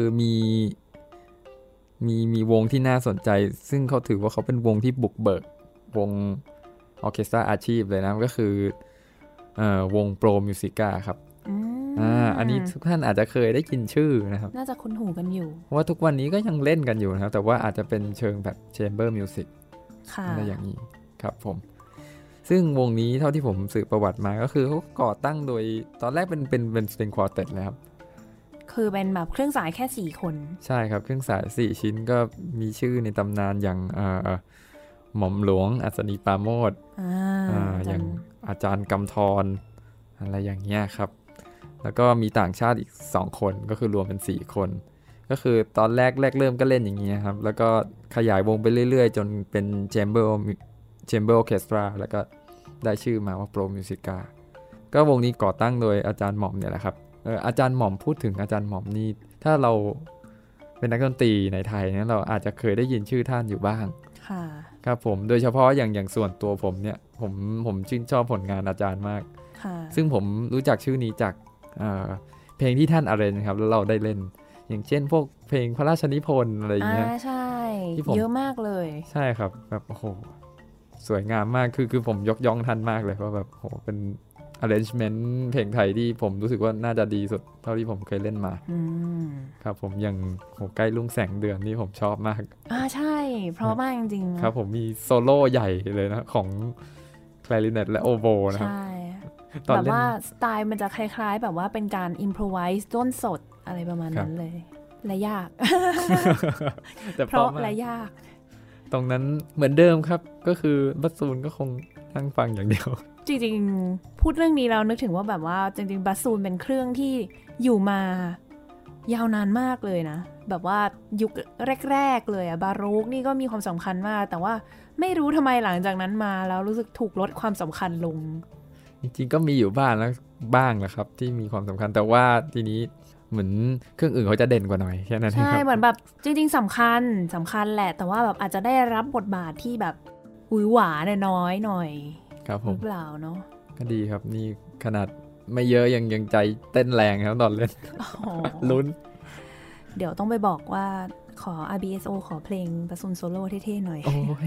S3: มีวงที่น่าสนใจซึ่งเขาถือว่าเขาเป็นวงที่บุกเบิกวงออร์เคสตราอาชีพเลยนะก็คือวงโปรมิวสิก้าครับอันนี้ทุกท่านอาจจะเคยได้ยินชื่อนะครับ
S2: น่าจะคุ้นหูกันอยู่
S3: เพราะว่าทุกวันนี้ก็ยังเล่นกันอยู่นะครับแต่ว่าอาจจะเป็นเชิงแบบแชมเบอร์มิวสิกอะไรอย่างนี้ครับผมซึ่งวงนี้เท่าที่ผมสืบประวัติมาก็คือเขาก่อตั้งโดยตอนแรกเป็นสตริงควอเต็ตเลยครับ
S2: คือเป็นแบบเครื่องสายแค่4คน
S3: ใช่ครับเครื่องสาย4ชิ้นก็มีชื่อในตำนานอย่างหม่อมหลวงอัศนีปราโมทอย่างอาจารย์กำธรอะไรอย่างเงี้ยครับแล้วก็มีต่างชาติอีก2คนก็คือรวมเป็น4คนก็คือตอนแรกเริ่มก็เล่นอย่างเงี้ยครับแล้วก็ขยายวงไปเรื่อยๆจนเป็นแชมเบอร์ออร์เคสตราแล้วก็ได้ชื่อมาว่าโปรมิวสิก้าก็วงนี้ก่อตั้งโดยอาจารย์หม่อมเนี่ยแหละครับอาจารย์หม่อมพูดถึงอาจารย์หม่อมนี่ถ้าเราเป็นนักดนตรีในไทยเนี่ยเราอาจจะเคยได้ยินชื่อท่านอยู่บ้างครับผมโดยเฉพาะอย่างส่วนตัวผมเนี่ยผมชื่นชอบผลงานอาจารย์มากซึ่งผมรู้จักชื่อนี้จากเพลงที่ท่านอาเรนจ์ครับแล้วเราได้เล่นอย่างเช่นพวกเพลงพระราชนิพนธ์อะไรอย่างเงี้ย
S2: ใช่เยอะมากเลย
S3: ใช่ครับแบบโอ้โหสวยงามมากคือผมยกย่องท่านมากเลยว่าแบบโหเป็น arrangement เพลงไทยที่ผมรู้สึกว่าน่าจะดีสุดเท่าที่ผมเคยเล่นมาครับผมอย่างโหใกล้ลุ่งแสงเดือนนี่ผมชอบมาก
S2: ใช่เพราะมากจริง
S3: ๆครับผมมีโซโล่ใหญ่เลยนะของคลาริเนตและโอโบนะครับ
S2: แบบว่าสไตล์มันจะคล้ายๆแบบว่าเป็นการอิมพรไวส์ต้นสดอะไรประมาณนั้นเลยและยากเพราะและยาก
S3: ตรงนั้นเหมือนเดิมครับก็คือบัสซูนก็คงนั่งฟังอย่างเดียว
S2: จริงๆพูดเรื่องนี้แล้วนึกถึงว่าแบบว่าจริงๆบัสซูนเป็นเครื่องที่อยู่มายาวนานมากเลยนะแบบว่ายุคแรกๆเลยบาโรกนี่ก็มีความสำคัญมากแต่ว่าไม่รู้ทำไมหลังจากนั้นมาแล้วรู้สึกถูกลดความสำคัญลง
S3: จริงๆก็มีอยู่บ้างนะครับที่มีความสำคัญแต่ว่าทีนี้เหมือนเครื่องอื่นเขาจะเด่นกว่าหน่อยแค่นั้น
S2: ใช่เหมือนแบบจริงๆสำคัญแหละแต่ว่าแบบอาจจะได้รับบทบาทที่แบบอุ้ยหวานน้อยหน่อย
S3: ครับผม
S2: เปล่าเนาะ
S3: ก็ดีครับนี่ขนาดไม่เยอะยังใจเต้นแรงครับตอนเล่นลุ้น
S2: เดี๋ยวต้องไปบอกว่าขอ RBSO ขอเพลงบัสซูนโซโล่เท่ๆหน่อย
S3: โอ้ย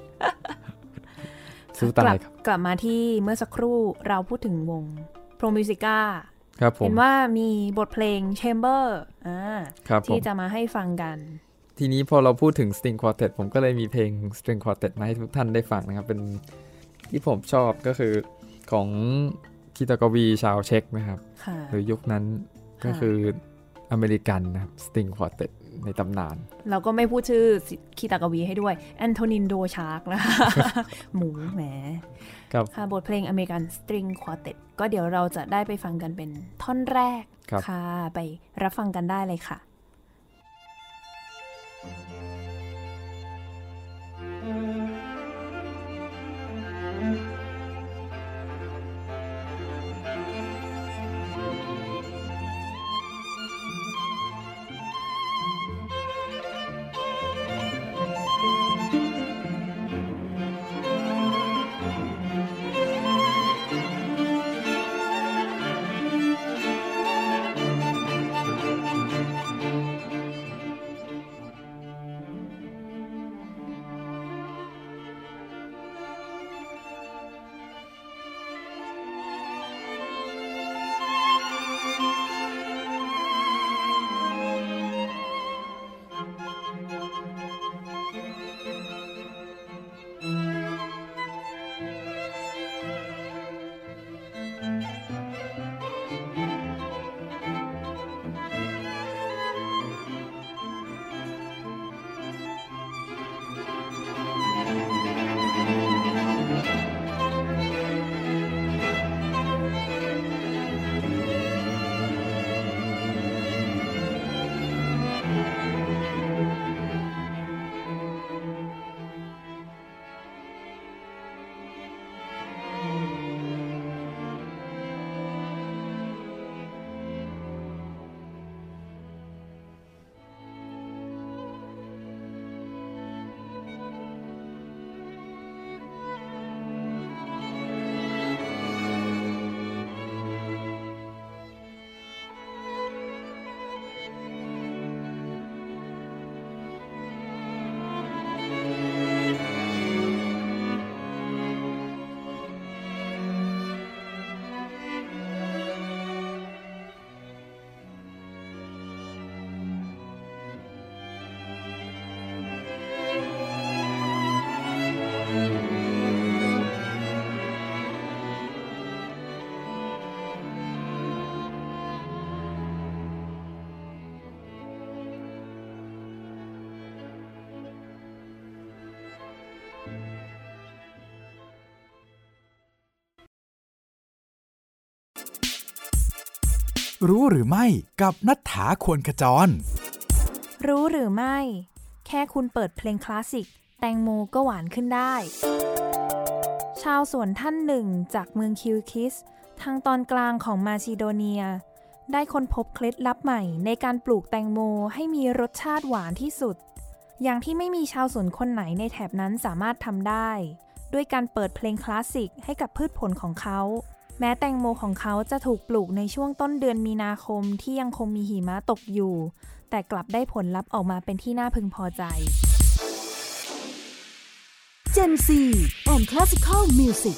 S3: สู้ตายครับ
S2: กลับมาที่เมื่อสักครู่เราพูดถึงวงโปรมิวสิก้า
S3: เ
S2: ห็นว่ามีบทเพลง Chamber ที่จะมาให้ฟังกัน
S3: ทีนี้พอเราพูดถึง String Quartet ผมก็เลยมีเพลง String Quartet มาให้ทุกท่านได้ฟังนะครับเป็นที่ผมชอบก็คือของคิตากวีชาวเช็กนะครับหรือยุคนั้นก็คืออเมริกันนะครับ String Quartet ในตำนาน
S2: เราก็ไม่พูดชื่อคิตากวีให้ด้วยแอนโทนินโดชาร์กนะคะหมูแหมค่ะบทเพลงอเมริกัน String Quartet ก็เดี๋ยวเราจะได้ไปฟังกันเป็นท่อนแรกค่ะไปรับฟังกันได้เลยค่ะ
S4: รู้หรือไม่กับณัฐฐา ควรขจร
S2: รู้หรือไม่แค่คุณเปิดเพลงคลาสสิกแตงโมก็หวานขึ้นได้ชาวสวนท่านหนึ่งจากเมืองคิวคิสทางตอนกลางของมาซิโดเนียได้ค้นพบเคล็ดลับใหม่ในการปลูกแตงโมให้มีรสชาติหวานที่สุดอย่างที่ไม่มีชาวสวนคนไหนในแถบนั้นสามารถทำได้ด้วยการเปิดเพลงคลาสสิกให้กับพืชผลของเขาแม้แตงโมของเขาจะถูกปลูกในช่วงต้นเดือนมีนาคมที่ยังคงมีหิมะตกอยู่แต่กลับได้ผลลัพธ์ออกมาเป็นที่น่าพึงพอใจ
S1: Gen Z and Classical Music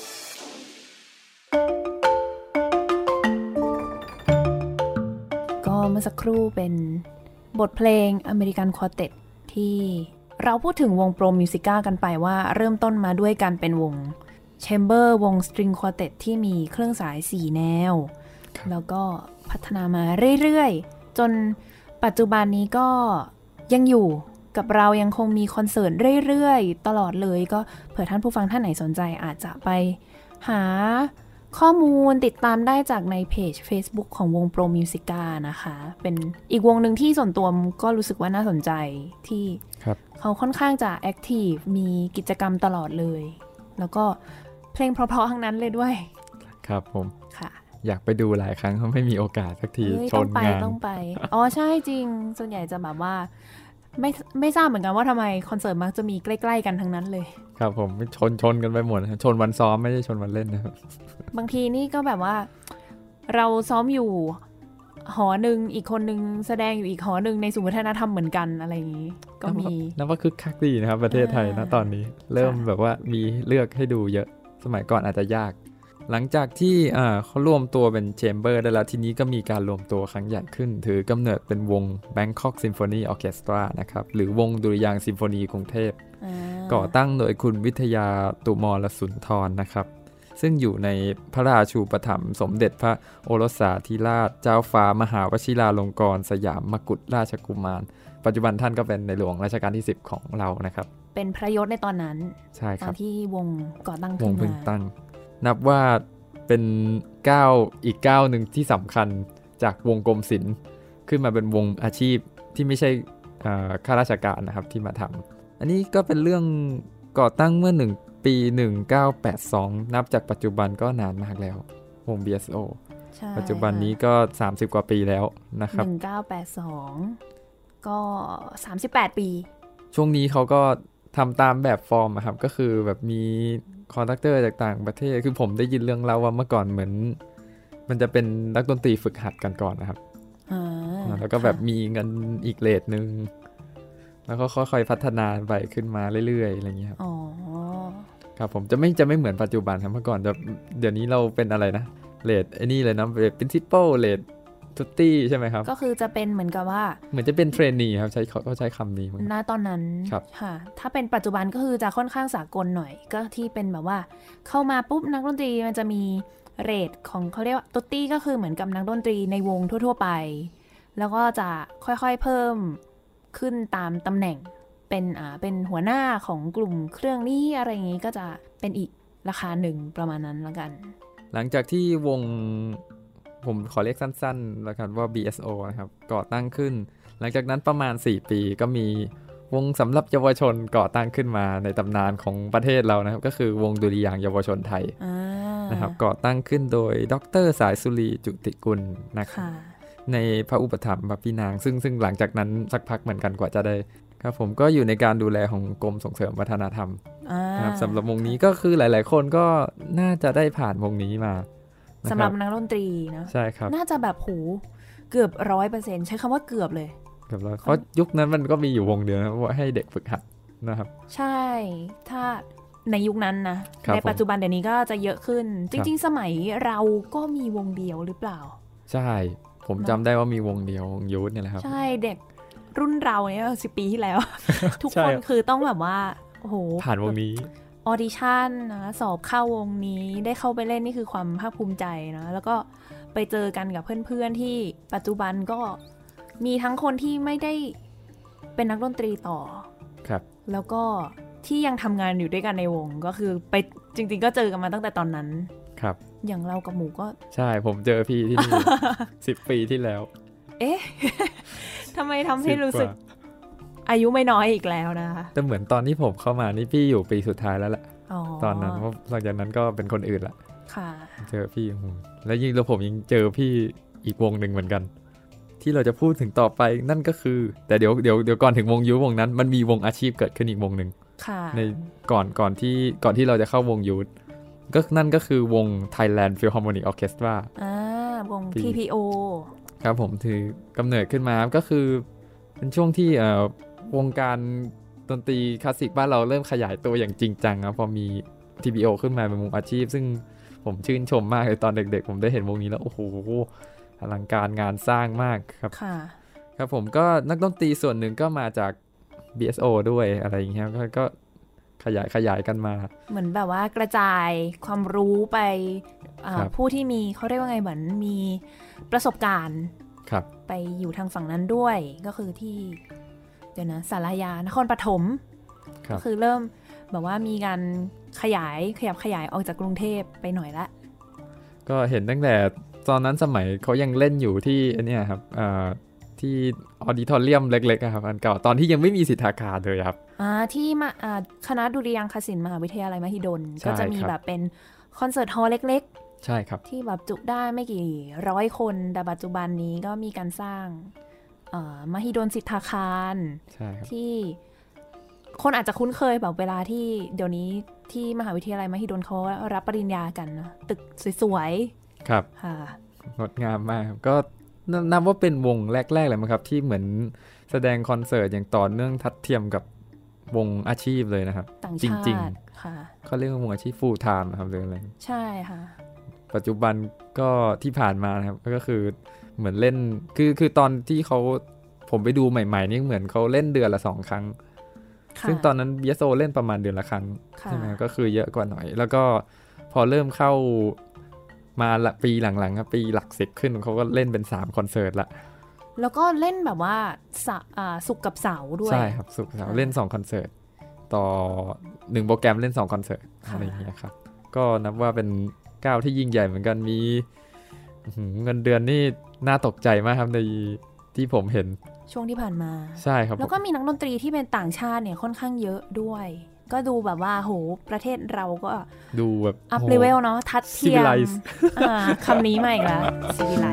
S2: ก็เมื่อสักครู่เป็นบทเพลงอเมริกันควอเต็ตที่เราพูดถึงวงโปรมิวสิก้ากันไปว่าเริ่มต้นมาด้วยการเป็นวงแชมเบอร์วงสตริงควอเต็ตที่มีเครื่องสาย4แนวแล้วก็พัฒนามาเรื่อยๆจนปัจจุบันนี้ก็ยังอยู่กับเรายังคงมีคอนเสิร์ตเรื่อยๆตลอดเลยก็เผื่อท่านผู้ฟังท่านไหนสนใจอาจจะไปหาข้อมูลติดตามได้จากในเพจ Facebook ของวงโปรมิวสิก้านะคะเป็นอีกวงหนึ่งที่ส่วนตัวก็รู้สึกว่าน่าสนใจที่เขาค่อนข้างจะแอคทีฟมีกิจกรรมตลอดเลยแล้วก็เพลงเพราะๆทั้งนั้นเลยด้วย
S3: ครับผม
S2: ค่ะ
S3: อยากไปดูหลายครั้งเขาไม่มีโอกาสสักทีชนงาน
S2: ต้องไปอ๋อใช่จริงส่วนใหญ่จะแบบว่าไม่ทราบเหมือนกันว่าทำไมคอนเสิร์ตมักจะมีใกล้ๆกันทั้งนั้นเลย
S3: ครับผมชนกันไปหมดชนวันซ้อมไม่ใช่ชนวันเล่นนะครับ
S2: บางทีนี่ก็แบบว่าเราซ้อมอยู่หอหนึ่งอีกคนนึงแสดงอยู่อีกหอหนึ่งในศูนย์วัฒนธรรมเหมือนกันอะไรอย่างนี้ก็มี
S3: นับว่าคึกคักดีนะครับประเทศไทยนะตอนนี้เริ่มแบบว่ามีเลือกให้ดูเยอะสมัยก่อนอาจจะยากหลังจากที่เขารวมตัวเป็นแชมเบอร์ได้แล้วทีนี้ก็มีการรวมตัวครั้งใหญ่ขึ้นถือกำเนิดเป็นวง Bangkok Symphony Orchestra นะครับหรือวงดุริยางค์ซิมโฟนีกรุงเทพก่อตั้งโดยคุณวิทยาตุมรสุนทรนะครับซึ่งอยู่ในพระราชูปถัมภ์สมเด็จพระโอรสาธิราชเจ้าฟ้ามหาวชิราลงกรณ์สยามมกุฎราชกุมารปัจจุบันท่านก็เป็นในหลวงรัชกาลที่10ของเรานะครับ
S2: เป็นพระยศในตอนนั้น
S3: ใช่ครับ
S2: ตอนที่วงก่อตั้งขึ้นมา
S3: ตั้งนับว่าเป็นก้าวอีกก้าวหนึ่งที่สำคัญจากวงกรมศิลป์ขึ้นมาเป็นวงอาชีพที่ไม่ใช่ข้าราชการนะครับที่มาทำอันนี้ก็เป็นเรื่องก่อตั้งเมื่อปี1982นับจากปัจจุบันก็นานมากแล้ววง BSO ปัจจุบันนี้ก็30กว่าปีแล้วนะครับ
S2: 1982ก็38ปี
S3: ช่วงนี้เขาก็ทำตามแบบฟอร์มครับก็คือแบบมีคอนดักเตอร์จากต่างประเทศคือผมได้ยินเรื่องเล่าว่าเมื่อก่อนเหมือนมันจะเป็นนักดนตรีฝึกหัดกันก่อนนะครับแล้วก็แบบมีเงินอีกเรทนึงแล้วก็ค่อยๆพัฒนาไปขึ้นมาเรื่อยๆอะไรอย่างเงี้ยครับครับผมจะไม่เหมือนปัจจุบันครับเมื่อก่อนเดี๋ยวนี้เราเป็นอะไรนะเรทไอ้นี่เลยนะเรท principal เรททุตตี้ใช่ไหมครับ
S2: ก็คือจะเป็นเหมือนกับว่า
S3: เหมือนจะเป็นเทรนนีครับเขาใช้คำนี้
S2: ณตอนนั้นค่ะถ้าเป็นปัจจุบันก็คือจะค่อนข้างสากลหน่อยก็ที่เป็นแบบว่าเข้ามาปุ๊บนักดนตรีมันจะมีเรทของเขาเรียกว่าทุตตี้ก็คือเหมือนกับนักดนตรีในวงทั่วๆไปแล้วก็จะค่อยๆเพิ่มขึ้นตามตำแหน่งเป็นหัวหน้าของกลุ่มเครื่องนี้อะไรอย่างนี้ก็จะเป็นอีกราคาหนึ่งประมาณนั้นแล้วกัน
S3: หลังจากที่วงผมขอเรียกสั้นๆแล้วกันว่า BSO นะครับก่อตั้งขึ้นหลังจากนั้นประมาณ4ปีก็มีวงสำหรับเยาวชนก่อตั้งขึ้นมาในตำนานของประเทศเรานะครับก็คือวงดุริยางค์เยาวชนไทยนะครับก่อตั้งขึ้นโดยดร.สายสุรีจุติกุลนะครับในพระอุปถัมภ์พระพี่นางซึ่งหลังจากนั้นสักพักเหมือนกันกว่าจะได้ครับผมก็อยู่ในการดูแลของกรมส่งเสริมวัฒนธรรมนะครับสำหรับวงนี้ก็คือหลายๆคนก็น่าจะได้ผ่านวงนี้มา
S2: สำหรับนักดนตรีนะ
S3: ใช่ครับ
S2: น่าจะแบบเกือบ 100% ใช้คำว่าเกือบเลย
S3: เกือบ100เพราะยุคนั้นมันก็มีอยู่วงเดียวนะว่าให้เด็กฝึกหัดนะครับ
S2: ใช่ถ้าในยุคนั้นนะในปัจจุบันเดี๋ยวนี้ก็จะเยอะขึ้นจริงๆสมัยเราก็มีวงเดียวหรือเปล่า
S3: ใช่ผมจำได้ว่ามีวงเดียววงยูทเนี่ยแหละครับ
S2: ใช่เด็กรุ่นเราเนี่ย10 ปีที่แล้ว ทุกคนคือต้องแบบว่าโอ้โห
S3: ผ่านวงนี้
S2: ออดิชั่นนะสอบเข้าวงนี้ได้เข้าไปเล่นนี่คือความภาคภูมิใจนะแล้วก็ไปเจอกันกับเพื่อนๆที่ปัจจุบันก็มีทั้งคนที่ไม่ได้เป็นนักดนตรีต่อ
S3: ครับ
S2: แล้วก็ที่ยังทำงานอยู่ด้วยกันในวงก็คือไปจริงๆก็เจอกันมาตั้งแต่ตอนนั้น
S3: ครับ
S2: อย่างเรากับหมูก็
S3: ใช่ผมเจอพี่ที่นี่ 10 ปีที่แล้ว
S2: เอ๊ะ ทำไมทำให้รู้สึกอายุไม่น้อยอีกแล้วนะคะ
S3: แต่เหมือนตอนที่ผมเข้ามานี่พี่อยู่ปีสุดท้ายแล้วแหละตอนนั้นหลังจากนั้นก็เป็นคนอื่นละ
S2: ค่ะ
S3: เจอพี่แล้วยิ่งแล้วผมยังเจอพี่อีกวงหนึ่งเหมือนกันที่เราจะพูดถึงต่อไปนั่นก็คือแต่เดี๋ยวก่อนถึงวงยูวงนั้นมันมีวงอาชีพเกิดขึ้นอีกวงหนึ่งในก่อนที่เราจะเข้าวงยูก็นั่นก็คือวง Thailand Philharmonic Orchestra
S2: วง TPO
S3: ครับผมถือกำเนิดขึ้นมาก็คือเป็นช่วงที่วงการดนตรีคลาสสิกบ้านเราเริ่มขยายตัวอย่างจริงจังครับพอมี TPO ขึ้นมาเป็นวงอาชีพซึ่งผมชื่นชมมากเลยตอนเด็กๆผมได้เห็นวงนี้แล้วโอ้โหอลังการงานสร้างมากครับครับผมก็นักดนตรีส่วนหนึ่งก็มาจาก BSO ด้วยอะไรอย่างเงี้ยก็ขยายกันมา
S2: เหมือนแบบว่ากระจายความรู้ไปผู้ที่มีเขาเรียกว่าไงเหมือนมีประสบการณ์ไปอยู่ทางฝั่งนั้นด้วยก็คือที่เดี๋ยวนะสารยานครปฐมก็คือเริ่มแบบว่ามีการขยับขยายออกจากกรุงเทพไปหน่อยละ
S3: ก็เห็นตั้งแต่ตอนนั้นสมัยเขายังเล่นอยู่ที่เนี่ยครับที่ออดิทอเรียมเล็กๆครับอันเก่าตอนที่ยังไม่มีสิทธาคารเลยครับ
S2: ที่คณะดุริยางคศิลป์มหาวิทยาลัยมหิดลก็จะมีแบบเป็นคอนเสิร์ตฮอลล์เล็ก
S3: ๆใช่ครับ
S2: ที่แบบจุได้ไม่กี่ร้อยคนแต่ปัจจุบันนี้ก็มีการสร้างมหิดลสิทธาคารที่คนอาจจะคุ้นเคยแบบเวลาที่เดี๋ยวนี้ที่มหาวิทยาลัยมหิดลเขารับปริญญากันนะตึกสวย
S3: ๆครับ
S2: ค่ะ
S3: งดงามมากก็นับว่าเป็นวงแรกๆเลยมั้งครับที่เหมือนแสดงคอนเสิร์ตอย่างต่อเนื่องทัดเทียมกับวงอาชีพเลยนะครับ
S2: จริงๆ
S3: ค่ะเขาเรียกว่าวงอาชีพ full time นะครับหรืออะไร
S2: ใช่ค่ะ
S3: ปัจจุบันก็ที่ผ่านมานะครับก็คือเหมือนเล่นคือตอนที่ผมไปดูใหม่ๆนี่เหมือนเขาเล่นเดือนละ2 ครั้งซึ่งตอนนั้นเบียโซเล่นประมาณเดือนละครั้งใช่ไหมก็คือเยอะกว่าหน่อยแล้วก็พอเริ่มเข้ามาปีหลังๆครับปีหลัก10ขึ้นเขาก็เล่นเป็น3 คอนเสิร์ตละ
S2: แล้วก็เล่นแบบว่าศุกร์กับเสาร์ด้วย
S3: ใช่ครับศุกร์เสาร์เล่น2 คอนเสิร์ตต่อ1 โปรแกรมเล่น2 คอนเสิร์ตอะไรอย่างเงี้ยครับก็นับว่าเป็นก้าวที่ยิ่งใหญ่เหมือนกันมีเงินเดือนนี่น่าตกใจมากครับในที่ผมเห็น
S2: ช่วงที่ผ่านมา
S3: ใช่ครับ
S2: แล้วก็มีนักดนตรีที่เป็นต่างชาติเนี่ยค่อนข้างเยอะด้วยก็ดูแบบว่าโหประเทศเราก็
S3: ดูแบบ
S2: อัพเลเวลเนาะทัดเทียมคำนี้มาอีกแล้วซีวิไล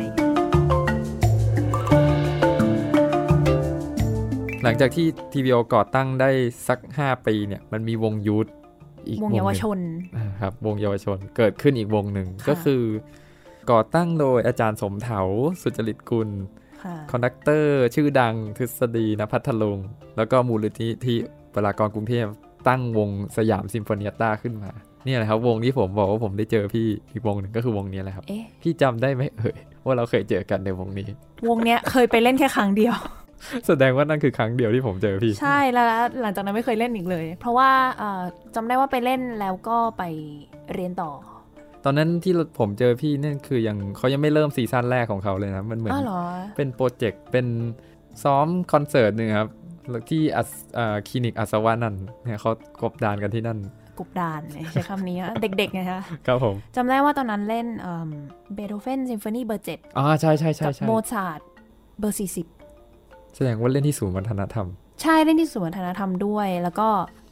S3: หลังจากที่ TPO ก่อตั้งได้สัก5 ปีเนี่ยมันมีวงยูทอีก
S2: วงเยาวชน
S3: ครับวงเยาวชนเกิดขึ้นอีกวงหนึ่งก็คือก่อตั้งโดยอาจารย์สมเถาสุจริตกุลคอนดักเตอร์ชื่อดังทฤษฎีณพัทลุงแล้วก็มูลนิธิปรากรกรุงเทพตั้งวงสยามซิมโฟเนียต้าขึ้นมาเนี่ยแหละครับวงที่ผมบอกว่าผมได้เจอพี่อีกวงหนึ่งก็คือวงนี้แหละครับพี่จำได้ไหมว่าเราเคยเจอกันในวงนี้
S2: วงเนี้ยเคยไปเล่นแค่ครั้งเดียว
S3: แสดงว่านั่นคือครั้งเดียวที่ผมเจอพี่
S2: ใช่แล้วหลังจากนั้นไม่เคยเล่นอีกเลยเพราะว่าจำได้ว่าไปเล่นแล้วก็ไปเรียนต่อ
S3: ตอนนั้นที่ผมเจอพี่นั่นคือเขายังไม่เริ่มซีซั่นแรกของเขาเลยนะมันเหมือนเป็นโปรเจกต์เป็นซ้อมคอนเสิร์ตนึงครับที่คลินิกอัศวานั่นเนี่ยเขากบดานกันที่นั่น
S2: กบดานใช้คำนี้เด็กๆไงคะ
S3: ครับผม
S2: จำได้ว่าตอนนั้นเล่นเบโธเฟนซิมโฟนีเบอร์7
S3: ใช่กับ
S2: โมซาร์ทเบอร์40
S3: แสดงว่าเล่นที่ศูนย์วัฒนธรรม
S2: ใช่เล่นที่ศูนย์วัฒนธรรมด้วยแล้วก็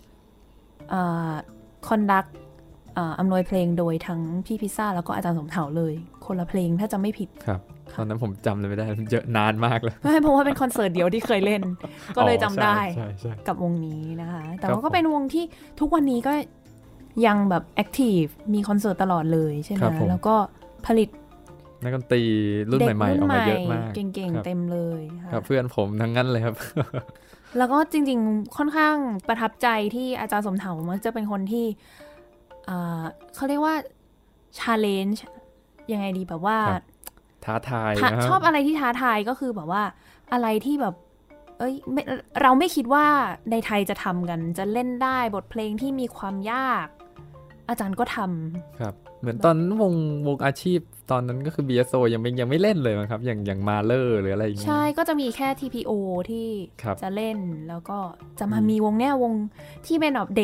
S2: คอนดักอำนวยเพลงโดยทั้งพี่พิซซ่าแล้วก็อาจารย์สมเถาเลยคนละเพลงถ้าจำไม่ผิด
S3: ครับตอนนั้นผมจำเลยไม่ได้เยอะนานมากเลย
S2: ไม่เพราะว่าเป็นคอนเสิร์ตเดียวที่เคยเล่นก็เลยจำได้กับวงนี้นะคะแต่ว่าก็เป็นวงที่ทุกวันนี้ก็ยังแบบแอคทีฟมีคอนเสิร์ตตลอดเลยใช่ไหมแล้วก็ผลิต
S3: นักดนตรีรุ่นใหม่ๆออกมาเยอะมาก
S2: เก่งๆเต็มเลย
S3: ครับเพื่อนผมทั้งนั้นเลยครับ
S2: แล้วก็จริงๆค่อนข้างประทับใจที่อาจารย์สมเถามักจะเป็นคนที่เขาเรียกว่า challenge ยังไงดีแบบว่า
S3: ท้าทาย
S2: ชอบอะไรที่ท้าทายก็คือแบบว่าอะไรที่แบบเราไม่คิดว่าในไทยจะทำกันจะเล่นได้บทเพลงที่มีความยากอาจารย์ก็ท
S3: ำครับเหมือนตอนวงอาชีพตอนนั้นก็คือ BSO ยังไม่เล่นเลยครับอย่างมาเลอร์หรืออะไรอย่างเงี้ย
S2: ใช่ก็จะมีแค่ TPO ที่จะเล่นแล้วก็จะมามีวงเนี้ยวงที่เป็นแบบเด็ก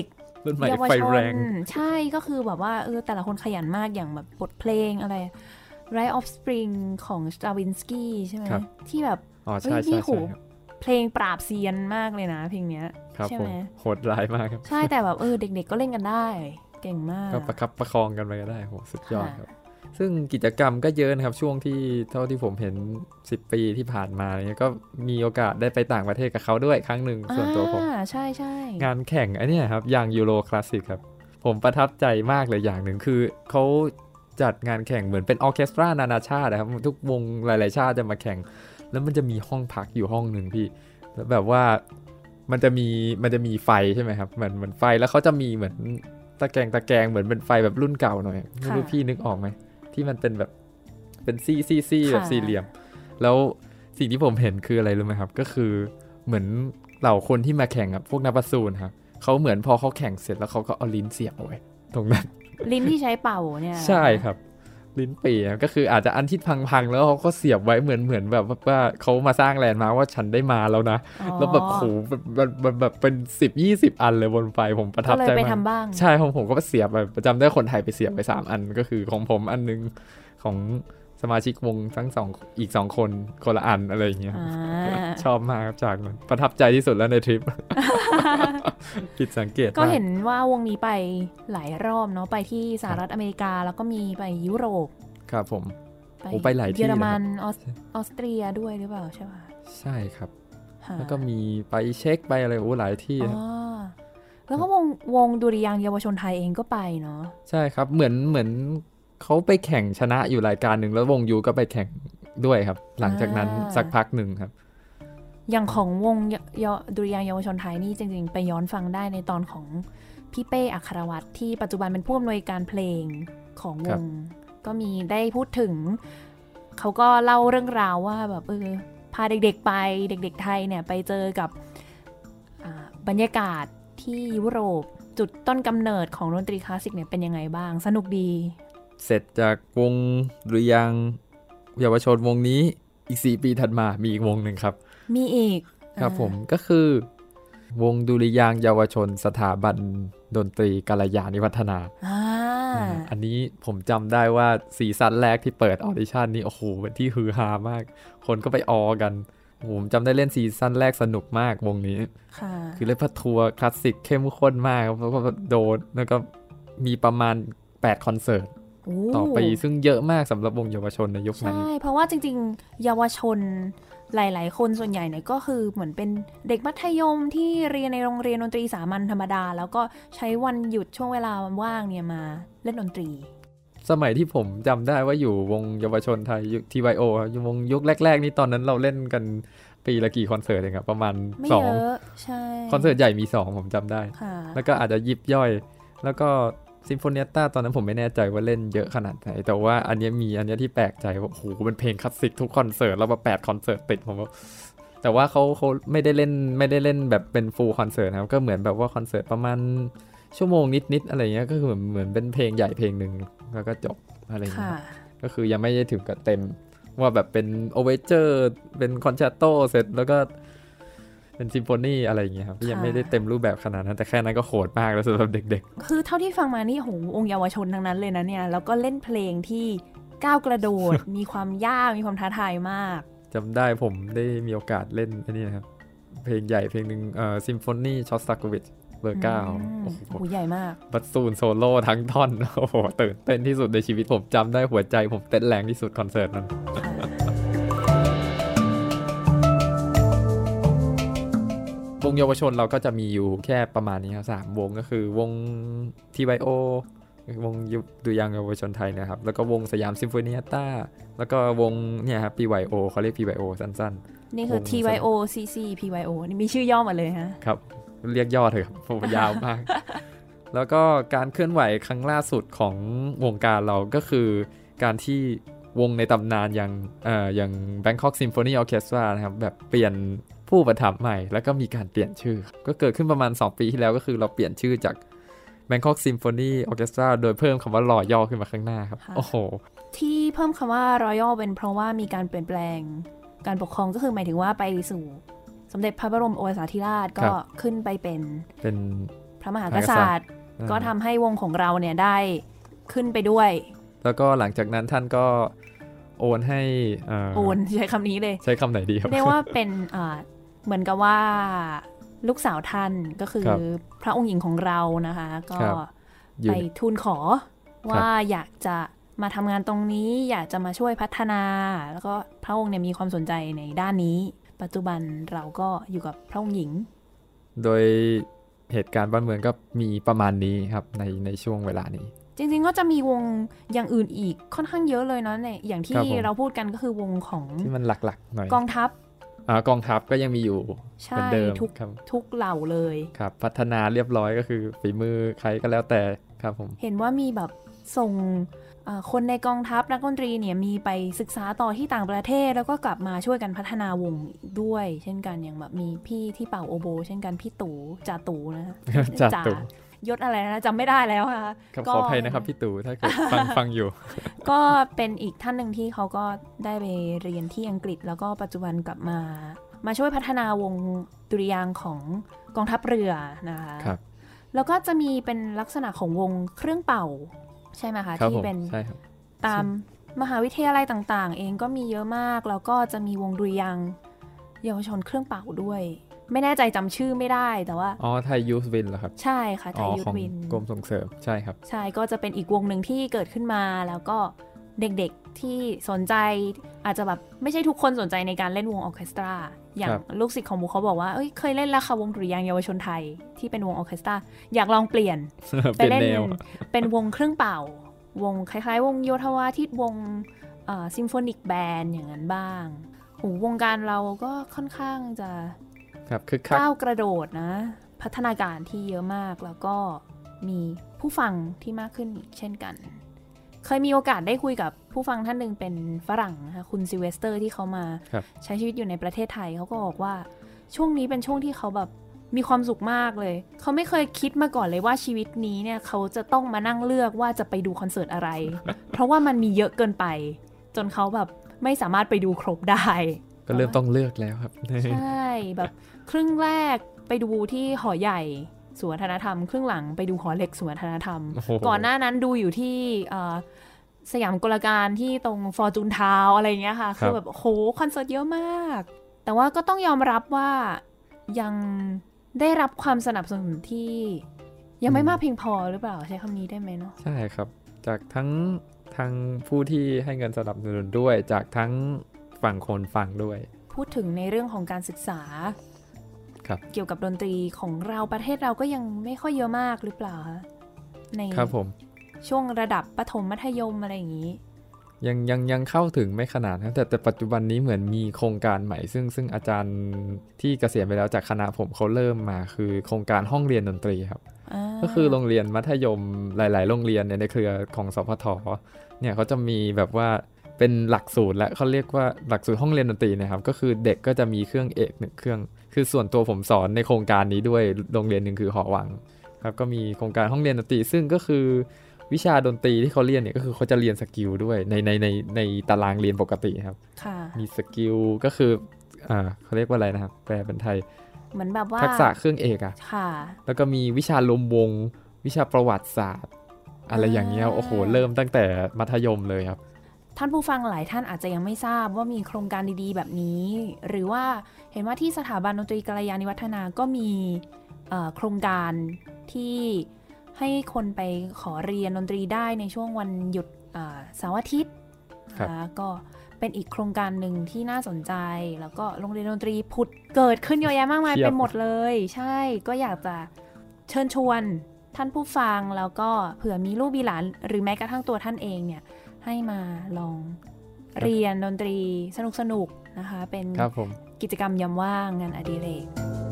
S3: รุ่นใหม่
S2: เยาว
S3: ไฟ
S2: ช
S3: แร
S2: น
S3: ง
S2: ใช่ก็คือแบบว่าแต่ละคนขยันมากอย่างแบบบทเพลงอะไร Rite of Spring ของ Stravinsky ใช่ไหม
S3: ครับ
S2: ที่แบบ
S3: อ๋อใช่
S2: นี่
S3: ใช่
S2: โห
S3: ใช่ครับ
S2: เพลงปราบเซียนมากเลยนะเพลงเนี้ย
S3: ครับ
S2: ใช่
S3: ผ
S2: ไห
S3: ม
S2: ม
S3: โหดร้ายมากครับ
S2: ใช่แต่แบบเด็กๆก็เล่นกันได้เก่งมาก
S3: ก็ประคับประคองกันไปก็ได้โหสุดยอด
S2: ค่ะ
S3: ครับ ซึ่งกิจกรรมก็เยอะนะครับช่วงที่เท่าที่ผมเห็น10 ปีที่ผ่านมาเนี่ยก็มีโอกาสได้ไปต่างประเทศกับเขาด้วยครั้งหนึ่งส่วนตัวผม
S2: ใช่ใช่
S3: งานแข่งอันเนี้ยครับอย่างยูโรคลาสสิกครับผมประทับใจมากเลยอย่างหนึ่งคือเขาจัดงานแข่งเหมือนเป็นออร์เคสตรานานาชาตินะครับทุกวงหลายๆชาติจะมาแข่งแล้วมันจะมีห้องพักอยู่ห้องหนึ่งพี่แล้วแบบว่ามันจะมีไฟใช่ไหมครับเหมือนไฟแล้วเขาจะมีเหมือนตะแกรงเหมือนเป็นไฟแบบรุ่นเก่าหน่อยไม่รู้พี่นึกออกไหมที่มันเป็นแบบเป็นซี่แบบสี่เหลี่ยมแล้วสิ่งที่ผมเห็นคืออะไรรู้ไหมครับก็คือเหมือนเหล่าคนที่มาแข่งอะพวกนักประสูนครับเขาเหมือนพอเขาแข่งเสร็จแล้วเขาก็เอาลิ้นเสียบเอาไว้ตรงนั้น
S2: ลิ้นที่ใช้เป่าเนี่ย
S3: ใช่ครับลิ้นปี่ครับก็คืออาจจะอันที่พังๆแล้วเขาก็เสียบไว้เหมือนแบบว่าเขามาสร้างแลนด์มาร์คว่าฉันได้มาแล้วนะ แล้วแบบโหแบบเป็น10-20 อันเลยบนไฟผมประทับใจ
S2: ก็เลยไป
S3: มาก
S2: ทำบ้าง
S3: ใช่ผมก็เสียบไปประจำได้คนไทยไปเสียบไป3 อันก็คือของผมอันนึงของสมาชิกวงทั้งอีก2 คนคนละอันอะไรอย่างเงี้ย ชอบมากครับจากนั้นประทับใจที่สุดแล้วในทริป ผิดสังเกตมาก
S2: ก็เห็นว่าวงนี้ไปหลายรอบเนาะไปที่สหรัฐอเมริกาแล้วก็มีไปยุโรป
S3: ครับผม ไปหลายที่
S2: เยอรมัน
S3: เลยครับ
S2: ออสเตรียด้วยหรือเปล่าใช่ป่ะ
S3: ใช่ครับ
S2: ค่ะ
S3: แล้วก็มีไปเช็คไปอะไรหลายที่
S2: อ๋
S3: ครับ
S2: อแล้วก็วงดุริยางค์เยาวชนไทยเองก็ไปเนาะ
S3: ใช่ครับเหมือนเขาไปแข่งชนะอยู่รายการหนึ่งแล้ววงยูก็ไปแข่งด้วยครับ หลังจากนั้นสักพักหนึ่งครับ
S2: อย่างของวงดุริยางค์เยาวชนไทยนี่จริงๆไปย้อนฟังได้ในตอนของพี่เป้อัครวัตรที่ปัจจุบันเป็นผู้อำนวยการเพลงของว
S3: ครับ
S2: งก็มีได้พูดถึงเขาก็เล่าเรื่องราวว่าแบบพาเด็กๆไปเด็กๆไทยเนี่ยไปเจอกับบรรยากาศที่ยุโรปจุดต้นกำเนิดของดนตรีคลาสสิกเนี่ยเป็นยังไงบ้างสนุกดี
S3: เสร็จจากวงดุริยางค์เยาวชนวงนี้อีก4 ปีถัดมามีอีกวงหนึ่งครับ
S2: มีอีก
S3: ครับผมก็คือวงดุริยางค์เยาวชนสถาบันดนตรีกัลยาณิวัฒนา อันนี้ผมจำได้ว่าซีซั่นแรกที่เปิดออดิชั่นนี่โอ้โหเป็นที่ฮือฮามาก คนก็ไปออกันผมจำได้เล่นซีซั่นแรกสนุกมากวงนี้
S2: ค่ะ
S3: คือเล่นพัททัวร์คลาสสิกเข้มข้นมากครับแล้วก็โดนแล้วก็มีประมาณ8 คอนเสิร์ตต่อปีซึ่งเยอะมากสำหรับวงเยาวชนในยุคนั้น
S2: ใช่เพราะว่าจริงๆเยาวชนหลายๆคนส่วนใหญ่เนี่ยก็คือเหมือนเป็นเด็กมัธยมที่เรียนในโรงเรียนดนตรีสามัญธรรมดาแล้วก็ใช้วันหยุดช่วงเวลาว่างเนี่ยมาเล่นดนตรี
S3: สมัยที่ผมจำได้ว่าอยู่วงเยาวชนไทยTYO อยู่วงยุคแรกๆนี่ตอนนั้นเราเล่นกันปีละกี่คอนเสิร์ตเองครับประมาณ
S2: ไม่เยอะใช่
S3: 2 คอนเสิร์ตใหญ่มี2ผมจำได้
S2: ค่ะ
S3: แล้วก็อาจจะยิบย่อย แล้วก็ซิมโฟเนียต้าตอนนั้นผมไม่แน่ใจว่าเล่นเยอะขนาดไหนแต่ว่าอันนี้ที่แปลกใจว่าโอ้โหเป็นเพลงคลาสสิกทุกคอนเสิร์ตแล้วมา8 คอนเสิร์ตติดผมว่าแต่ว่าเขาไม่ได้เล่นแบบเป็นฟูลคอนเสิร์ตนะครับก็เหมือนแบบว่าคอนเสิร์ตประมาณชั่วโมงนิดๆอะไรเงี้ยก็คือเหมือนเป็นเพลงใหญ่เพลงหนึ่งแล้วก็จบอะไรเงี้ยก็คือยังไม่ได้ถึงกับเต็มว่าแบบเป็นโอเวเจอร์เป็นคอนแชตโตเสร็จแล้วก็เป็นซิมโฟนีอะไรอย่างเงี้ยครับยังไม่ได้เต็มรูปแบบขนาดนั้นแต่แค่นั้นก็โหดมากแล้วสำหรับเด็ก
S2: ๆคือเท่าที่ฟังมานี่โหองค์เยาวชนทั้งนั้นเลยนะเนี่ยแล้วก็เล่นเพลงที่ก้าวกระโดด มีความยากมีความท้าทายมาก
S3: จำได้ผมได้มีโอกาสเล่นอันนี้นะครับเพลงใหญ่เพลงหนึ่งซิมโฟนีชอสตาโควิชเบอร์ 9
S2: โอ้โหใหญ่มาก
S3: บัสซูนโซโล่ทั้งท่อนโอ้โหตื่นเต้นที่สุดในชีวิตผมจำได้หัวใจผมเต้นแรงที่สุดคอนเสิร์ตนั้นวงเยาวชนเราก็จะมีอยู่แค่ประมาณนี้ครับ3 วงก็คือวง TYO วงดุริยางค์เยาวชนไทยนะครับแล้วก็วงสยามซิมโฟเนียต้าแล้วก็วงเนี่ยครับ PYO เขาเรียก PYO สั้น
S2: ๆนี่คือ TYO CC PYO นี่มีชื่อย่อมาเลยฮะ
S3: ครับเรียกย่อเถอะครับผมยาวมาก แล้วก็การเคลื่อนไหวครั้งล่าสุดของวงการเราก็คือการที่วงในตำนานอย่าง Bangkok Symphony Orchestra นะครับแบบเปลี่ยนผู้ประทับใหม่แล้วก็มีการเปลี่ยนชื่อก็เกิดขึ้นประมาณ2 ปีที่แล้วก็คือเราเปลี่ยนชื่อจาก Bangkok Symphony Orchestra โดยเพิ่มคำว่ารอย่อขึ้นมาข้างหน้าครับโอ้โห
S2: ที่เพิ่มคำว่ารอย่อเป็นเพราะว่ามีการเปลี่ยนแปลงการปกครองก็คือหมายถึงว่าไปสู่สมเด็จพระบรมโอรสาธิราชก็ขึ้นไปเป็นพระมหากษัตริย์ก็ทำให้วงของเราเนี่ยได้ขึ้นไปด้วย
S3: แล้วก็หลังจากนั้นท่านก็โอนให้
S2: โอนใช้คำนี้เลย
S3: ใช้คำไหนดีครับ
S2: เรียกว่าเป็นเหมือนกับว่าลูกสาวท่านก็คือพระองค์หญิงของเรานะคะก็ไปทูลขอว่าอยากจะมาทำงานตรงนี้อยากจะมาช่วยพัฒนาแล้วก็พระองค์เนี่ยมีความสนใจในด้านนี้ปัจจุบันเราก็อยู่กับพระองค์หญิง
S3: โดยเหตุการณ์บ้านเมืองก็มีประมาณนี้ครับในช่วงเวลานี้
S2: จริงๆก็จะมีวงอย่างอื่นอีกค่อนข้างเยอะเลยเนาะเนี่ยอย่างที่เราพูดกันก็คือวงของ
S3: ที่มันหลักๆหน่อย
S2: กองทัพ
S3: กองทัพก็ยังมีอยู่เหมือนเดิม
S2: ทุกเหล่าเลย
S3: ครับพัฒนาเรียบร้อยก็คือฝีมือใครก็แล้วแต่ครับผม
S2: เห็นว่ามีแบบส่งคนในกองทัพนักดนตรีเนี่ยมีไปศึกษาต่อที่ต่างประเทศแล้วก็กลับมาช่วยกันพัฒนาวงด้วยเช่นกันอย่างแบบมีพี่ที่เป่าโอโบเช่นกันพี่ตู่จ่าตู่นะคะ
S3: จ่าตู่
S2: ยศอะไรนะจำไม่ได้แล้วค่ะ
S3: ขออภัยนะครับพี่ตู่ถ้าเกิดฟังอยู่
S2: ก็เป็นอีกท่านหนึ่งที่เขาก็ได้ไปเรียนที่อังกฤษแล้วก็ปัจจุบันกลับมาช่วยพัฒนาวงดุริยางค์ของกองทัพเรือนะคะ
S3: ครับ
S2: แล้วก็จะมีเป็นลักษณะของวงเครื่องเป่าใช่ไหมคะที่เป็นตามมหาวิทยาลัยต่างๆเองก็มีเยอะมากแล้วก็จะมีวงดุริยางค์เยาวชนเครื่องเป่าด้วยไม่แน่ใจจำชื่อไม่ได้แต่ว่า
S3: ไทยยูธวินเหรอครับ
S2: ใช่ค่ะไทยยูธวิน
S3: กรมส่งเสริมใช่ครับ
S2: ใช่ก็จะเป็นอีกวงหนึ่งที่เกิดขึ้นมาแล้วก็เด็กๆที่สนใจอาจจะแบบไม่ใช่ทุกคนสนใจในการเล่นวงออร์เคสตราอย่างลูกศิษย์ของบูเขาบอกว่าเคยเล่นแล้วค่ะวงดุริยางค์เยาวชนไทยที่เป็นวงออร์เคสตราอยากลองเปลี่ยนไปเล่นเป็นวงเครื่องเป่าวงคล้ายๆวงโยธวาทิตวงซิมโฟนิกแบนด์อย่างนั้นบ้างวงการเราก็ค่อนข้างจะก้าวกระโดดนะพัฒนาการที่เยอะมากแล้วก็มีผู้ฟังที่มากขึ้นเช่นกันเคยมีโอกาสได้คุยกับผู้ฟังท่านหนึ่งเป็นฝรั่งนะคะคุณซิลเวสเตอร์ที่เขามาใช้ชีวิตอยู่ในประเทศไทยเขาก็บอกว่าช่วงนี้เป็นช่วงที่เขาแบบมีความสุขมากเลยเขาไม่เคยคิดมาก่อนเลยว่าชีวิตนี้เนี่ยเขาจะต้องมานั่งเลือกว่าจะไปดูคอนเสิร์ตอะไร เพราะว่ามันมีเยอะเกินไปจนเขาแบบไม่สามารถไปดูครบได้
S3: ก็เริ่มต้องเลือกแล้วครับ
S2: ใช่แบบครึ่งแรกไปดูที่หอใหญ่ศูนย์วัฒนธรรมครึ่งหลังไปดูหอเล็กศูนย์วัฒนธรรมก่อนหน้านั้นดูอยู่ที่สยามกลการที่ตรงฟอร์จูนทาวอะไรเงี้ยค่ะคือแบบโหคอนเสิร์ตเยอะมากแต่ว่าก็ต้องยอมรับว่ายังได้รับความสนับสนุนที่ยังไม่มากเพียงพอหรือเปล่าใช้คำนี้ได้ไหมเนาะ
S3: ใช่ครับจากทั้งผู้ที่ให้เงินสนับสนุนด้วยจากทั้งฝั่งคนฟังด้วย
S2: พูดถึงในเรื่องของการศึกษาเกี่ยวกับดนตรีของเราประเทศเราก็ยังไม่ค่อยเยอะมากหรือเปล่าคะใน
S3: ครับผม
S2: ช่วงระดับประถมมัธยมอะไรอย่างนี้
S3: ยังเข้าถึงไม่ขนาดนะแต่ปัจจุบันนี้เหมือนมีโครงการใหม่ซึ่งอาจารย์ที่เกษียณไปแล้วจากคณะผมเขาเริ่มมาคือโครงการห้องเรียนดนตรีครับก็คือโรงเรียนมัธยมหลายๆโรงเรียนในเครือของสพทเนี่ยเขาจะมีแบบว่าเป็นหลักสูตรและเขาเรียกว่าหลักสูตรห้องเรียนดนตรีนะครับก็คือเด็กก็จะมีเครื่องเอก1เครื่องคือส่วนตัวผมสอนในโครงการนี้ด้วยโรงเรียนนึงคือหอวังครับก็มีโครงการห้องเรียนดนตรีซึ่งก็คือวิชาดนตรีที่เขาเรียนเนี่ยก็คือเขาจะเรียนสกิลด้วยในตารางเรียนปกติครับมีสกิลก็คือเขาเรียกว่าอะไรนะครับแปลเป็นไทย
S2: เหมือนแบบว่า
S3: ทักษะเครื่องเอกแล้วก็มีวิชาลมวงวิชาประวัติศาสตร์อะไรอย่างเงี้ยโอ้โหเริ่มตั้งแต่มัธยมเลยครับ
S2: ท่านผู้ฟังหลายท่านอาจจะยังไม่ทราบว่ามีโครงการดีๆแบบนี้หรือว่าเห็นว่าที่สถาบันดนตรีกัลยาณิวัฒนาก็มีโครงการที่ให้คนไปขอเรียนดนตรีได้ในช่วงวันหยุดเสาร์อาทิตย์ก็เป็นอีกโครงการหนึ่งที่น่าสนใจแล้วก็โรงเรียนดนตรีผุดเกิดขึ้นเยอะแยะมากมายไปหมดเลยใช่ก็อยากจะเชิญชวนท่านผู้ฟังแล้วก็เผื่อมีลูกมีหลานหรือแม้กระทั่งตัวท่านเองเนี่ยให้มาลองเรียนดนตรีสนุกๆนะคะเป็นกิจกรรมยามว่างงานอดิเรก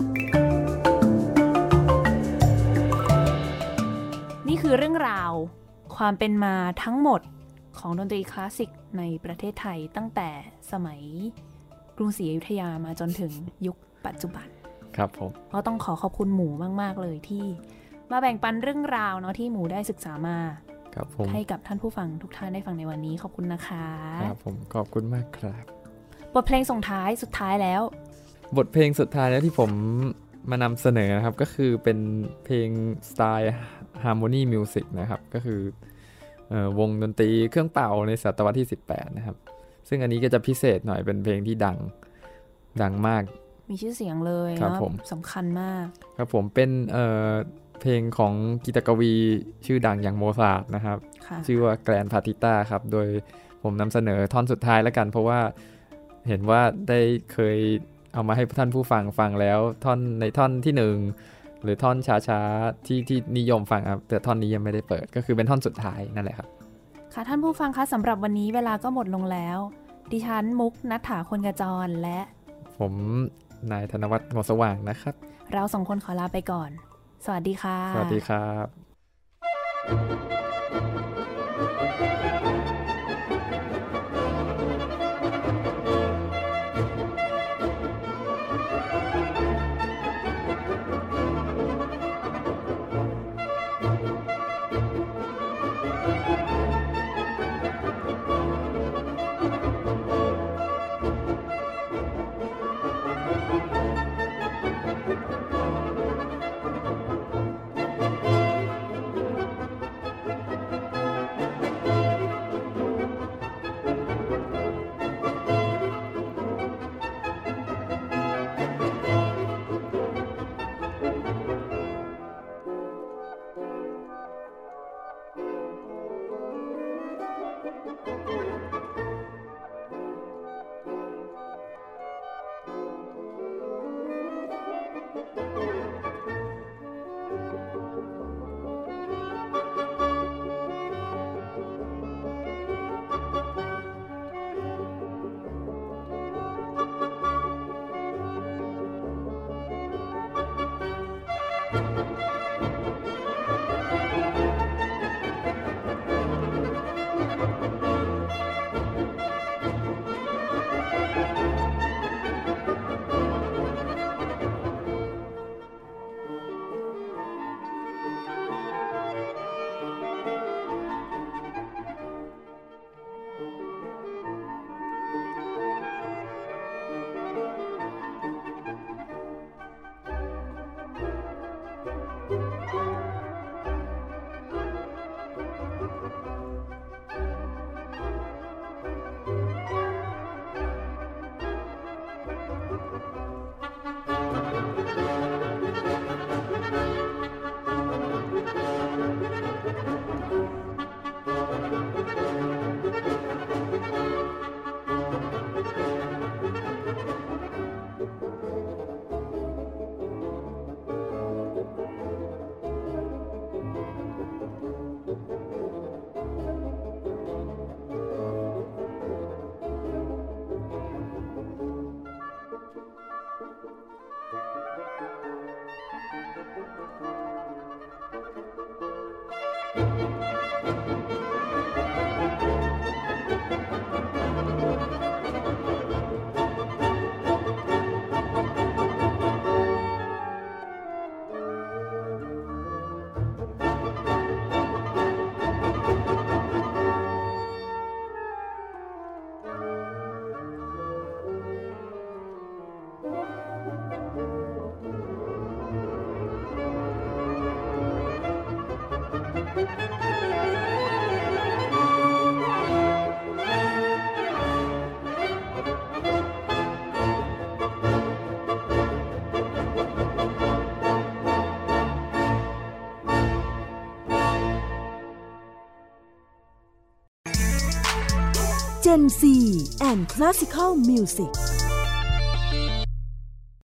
S2: นี่คือเรื่องราวความเป็นมาทั้งหมดของดนตรีคลาสสิกในประเทศไทยตั้งแต่สมัยกรุงศรีอยุธยามาจนถึงยุคปัจจุบัน
S3: ครับผม
S2: ก็ต้องขอบคุณหมูมากๆเลยที่มาแบ่งปันเรื่องราวเนาะที่หมูได้ศึกษามาให้กับท่านผู้ฟังทุกท่านได้ฟังในวันนี้ขอบคุณนะคะ
S3: ครับผมขอบคุณมากครับ
S2: บทเพลงส่งท้ายสุดท้ายแล้ว
S3: บทเพลงสุดท้ายแล้วที่ผมมานำเสนอนะครับก็คือเป็นเพลงสไตล์ Harmony Music นะครับก็คือวงดนตรีเครื่องเป่าในศตวรรษที่18นะครับซึ่งอันนี้ก็จะพิเศษหน่อยเป็นเพลงที่ดังมาก
S2: มีชื่อเสียงเลย
S3: ครับผม
S2: สำคัญมาก
S3: ครับผมเป็นเพลงของกีตกวีชื่อดังอย่างโมซาร์ทนะครับชื่อว่าแกรนพาติต้าครับโดยผมนำเสนอท่อนสุดท้ายแล้วกันเพราะว่าเห็นว่าได้เคยเอามาให้ท่านผู้ฟังแล้วในท่อนที่1หรือท่อนช้าๆที่นิยมฟังครับแต่ท่อนนี้ยังไม่ได้เปิดก็คือเป็นท่อนสุดท้ายนั่นแหละครับ
S2: ค่ะท่านผู้ฟังคะสำหรับวันนี้เวลาก็หมดลงแล้วดิฉันมุกณัฐฐาคนกระจรและ
S3: ผมนายธนวัฒน์ งอสว่างนะครับ
S2: เรา2คนขอลาไปก่อนสวัสดีค่ะ
S3: สวัสดีครับ
S1: Gen Z and Classical Music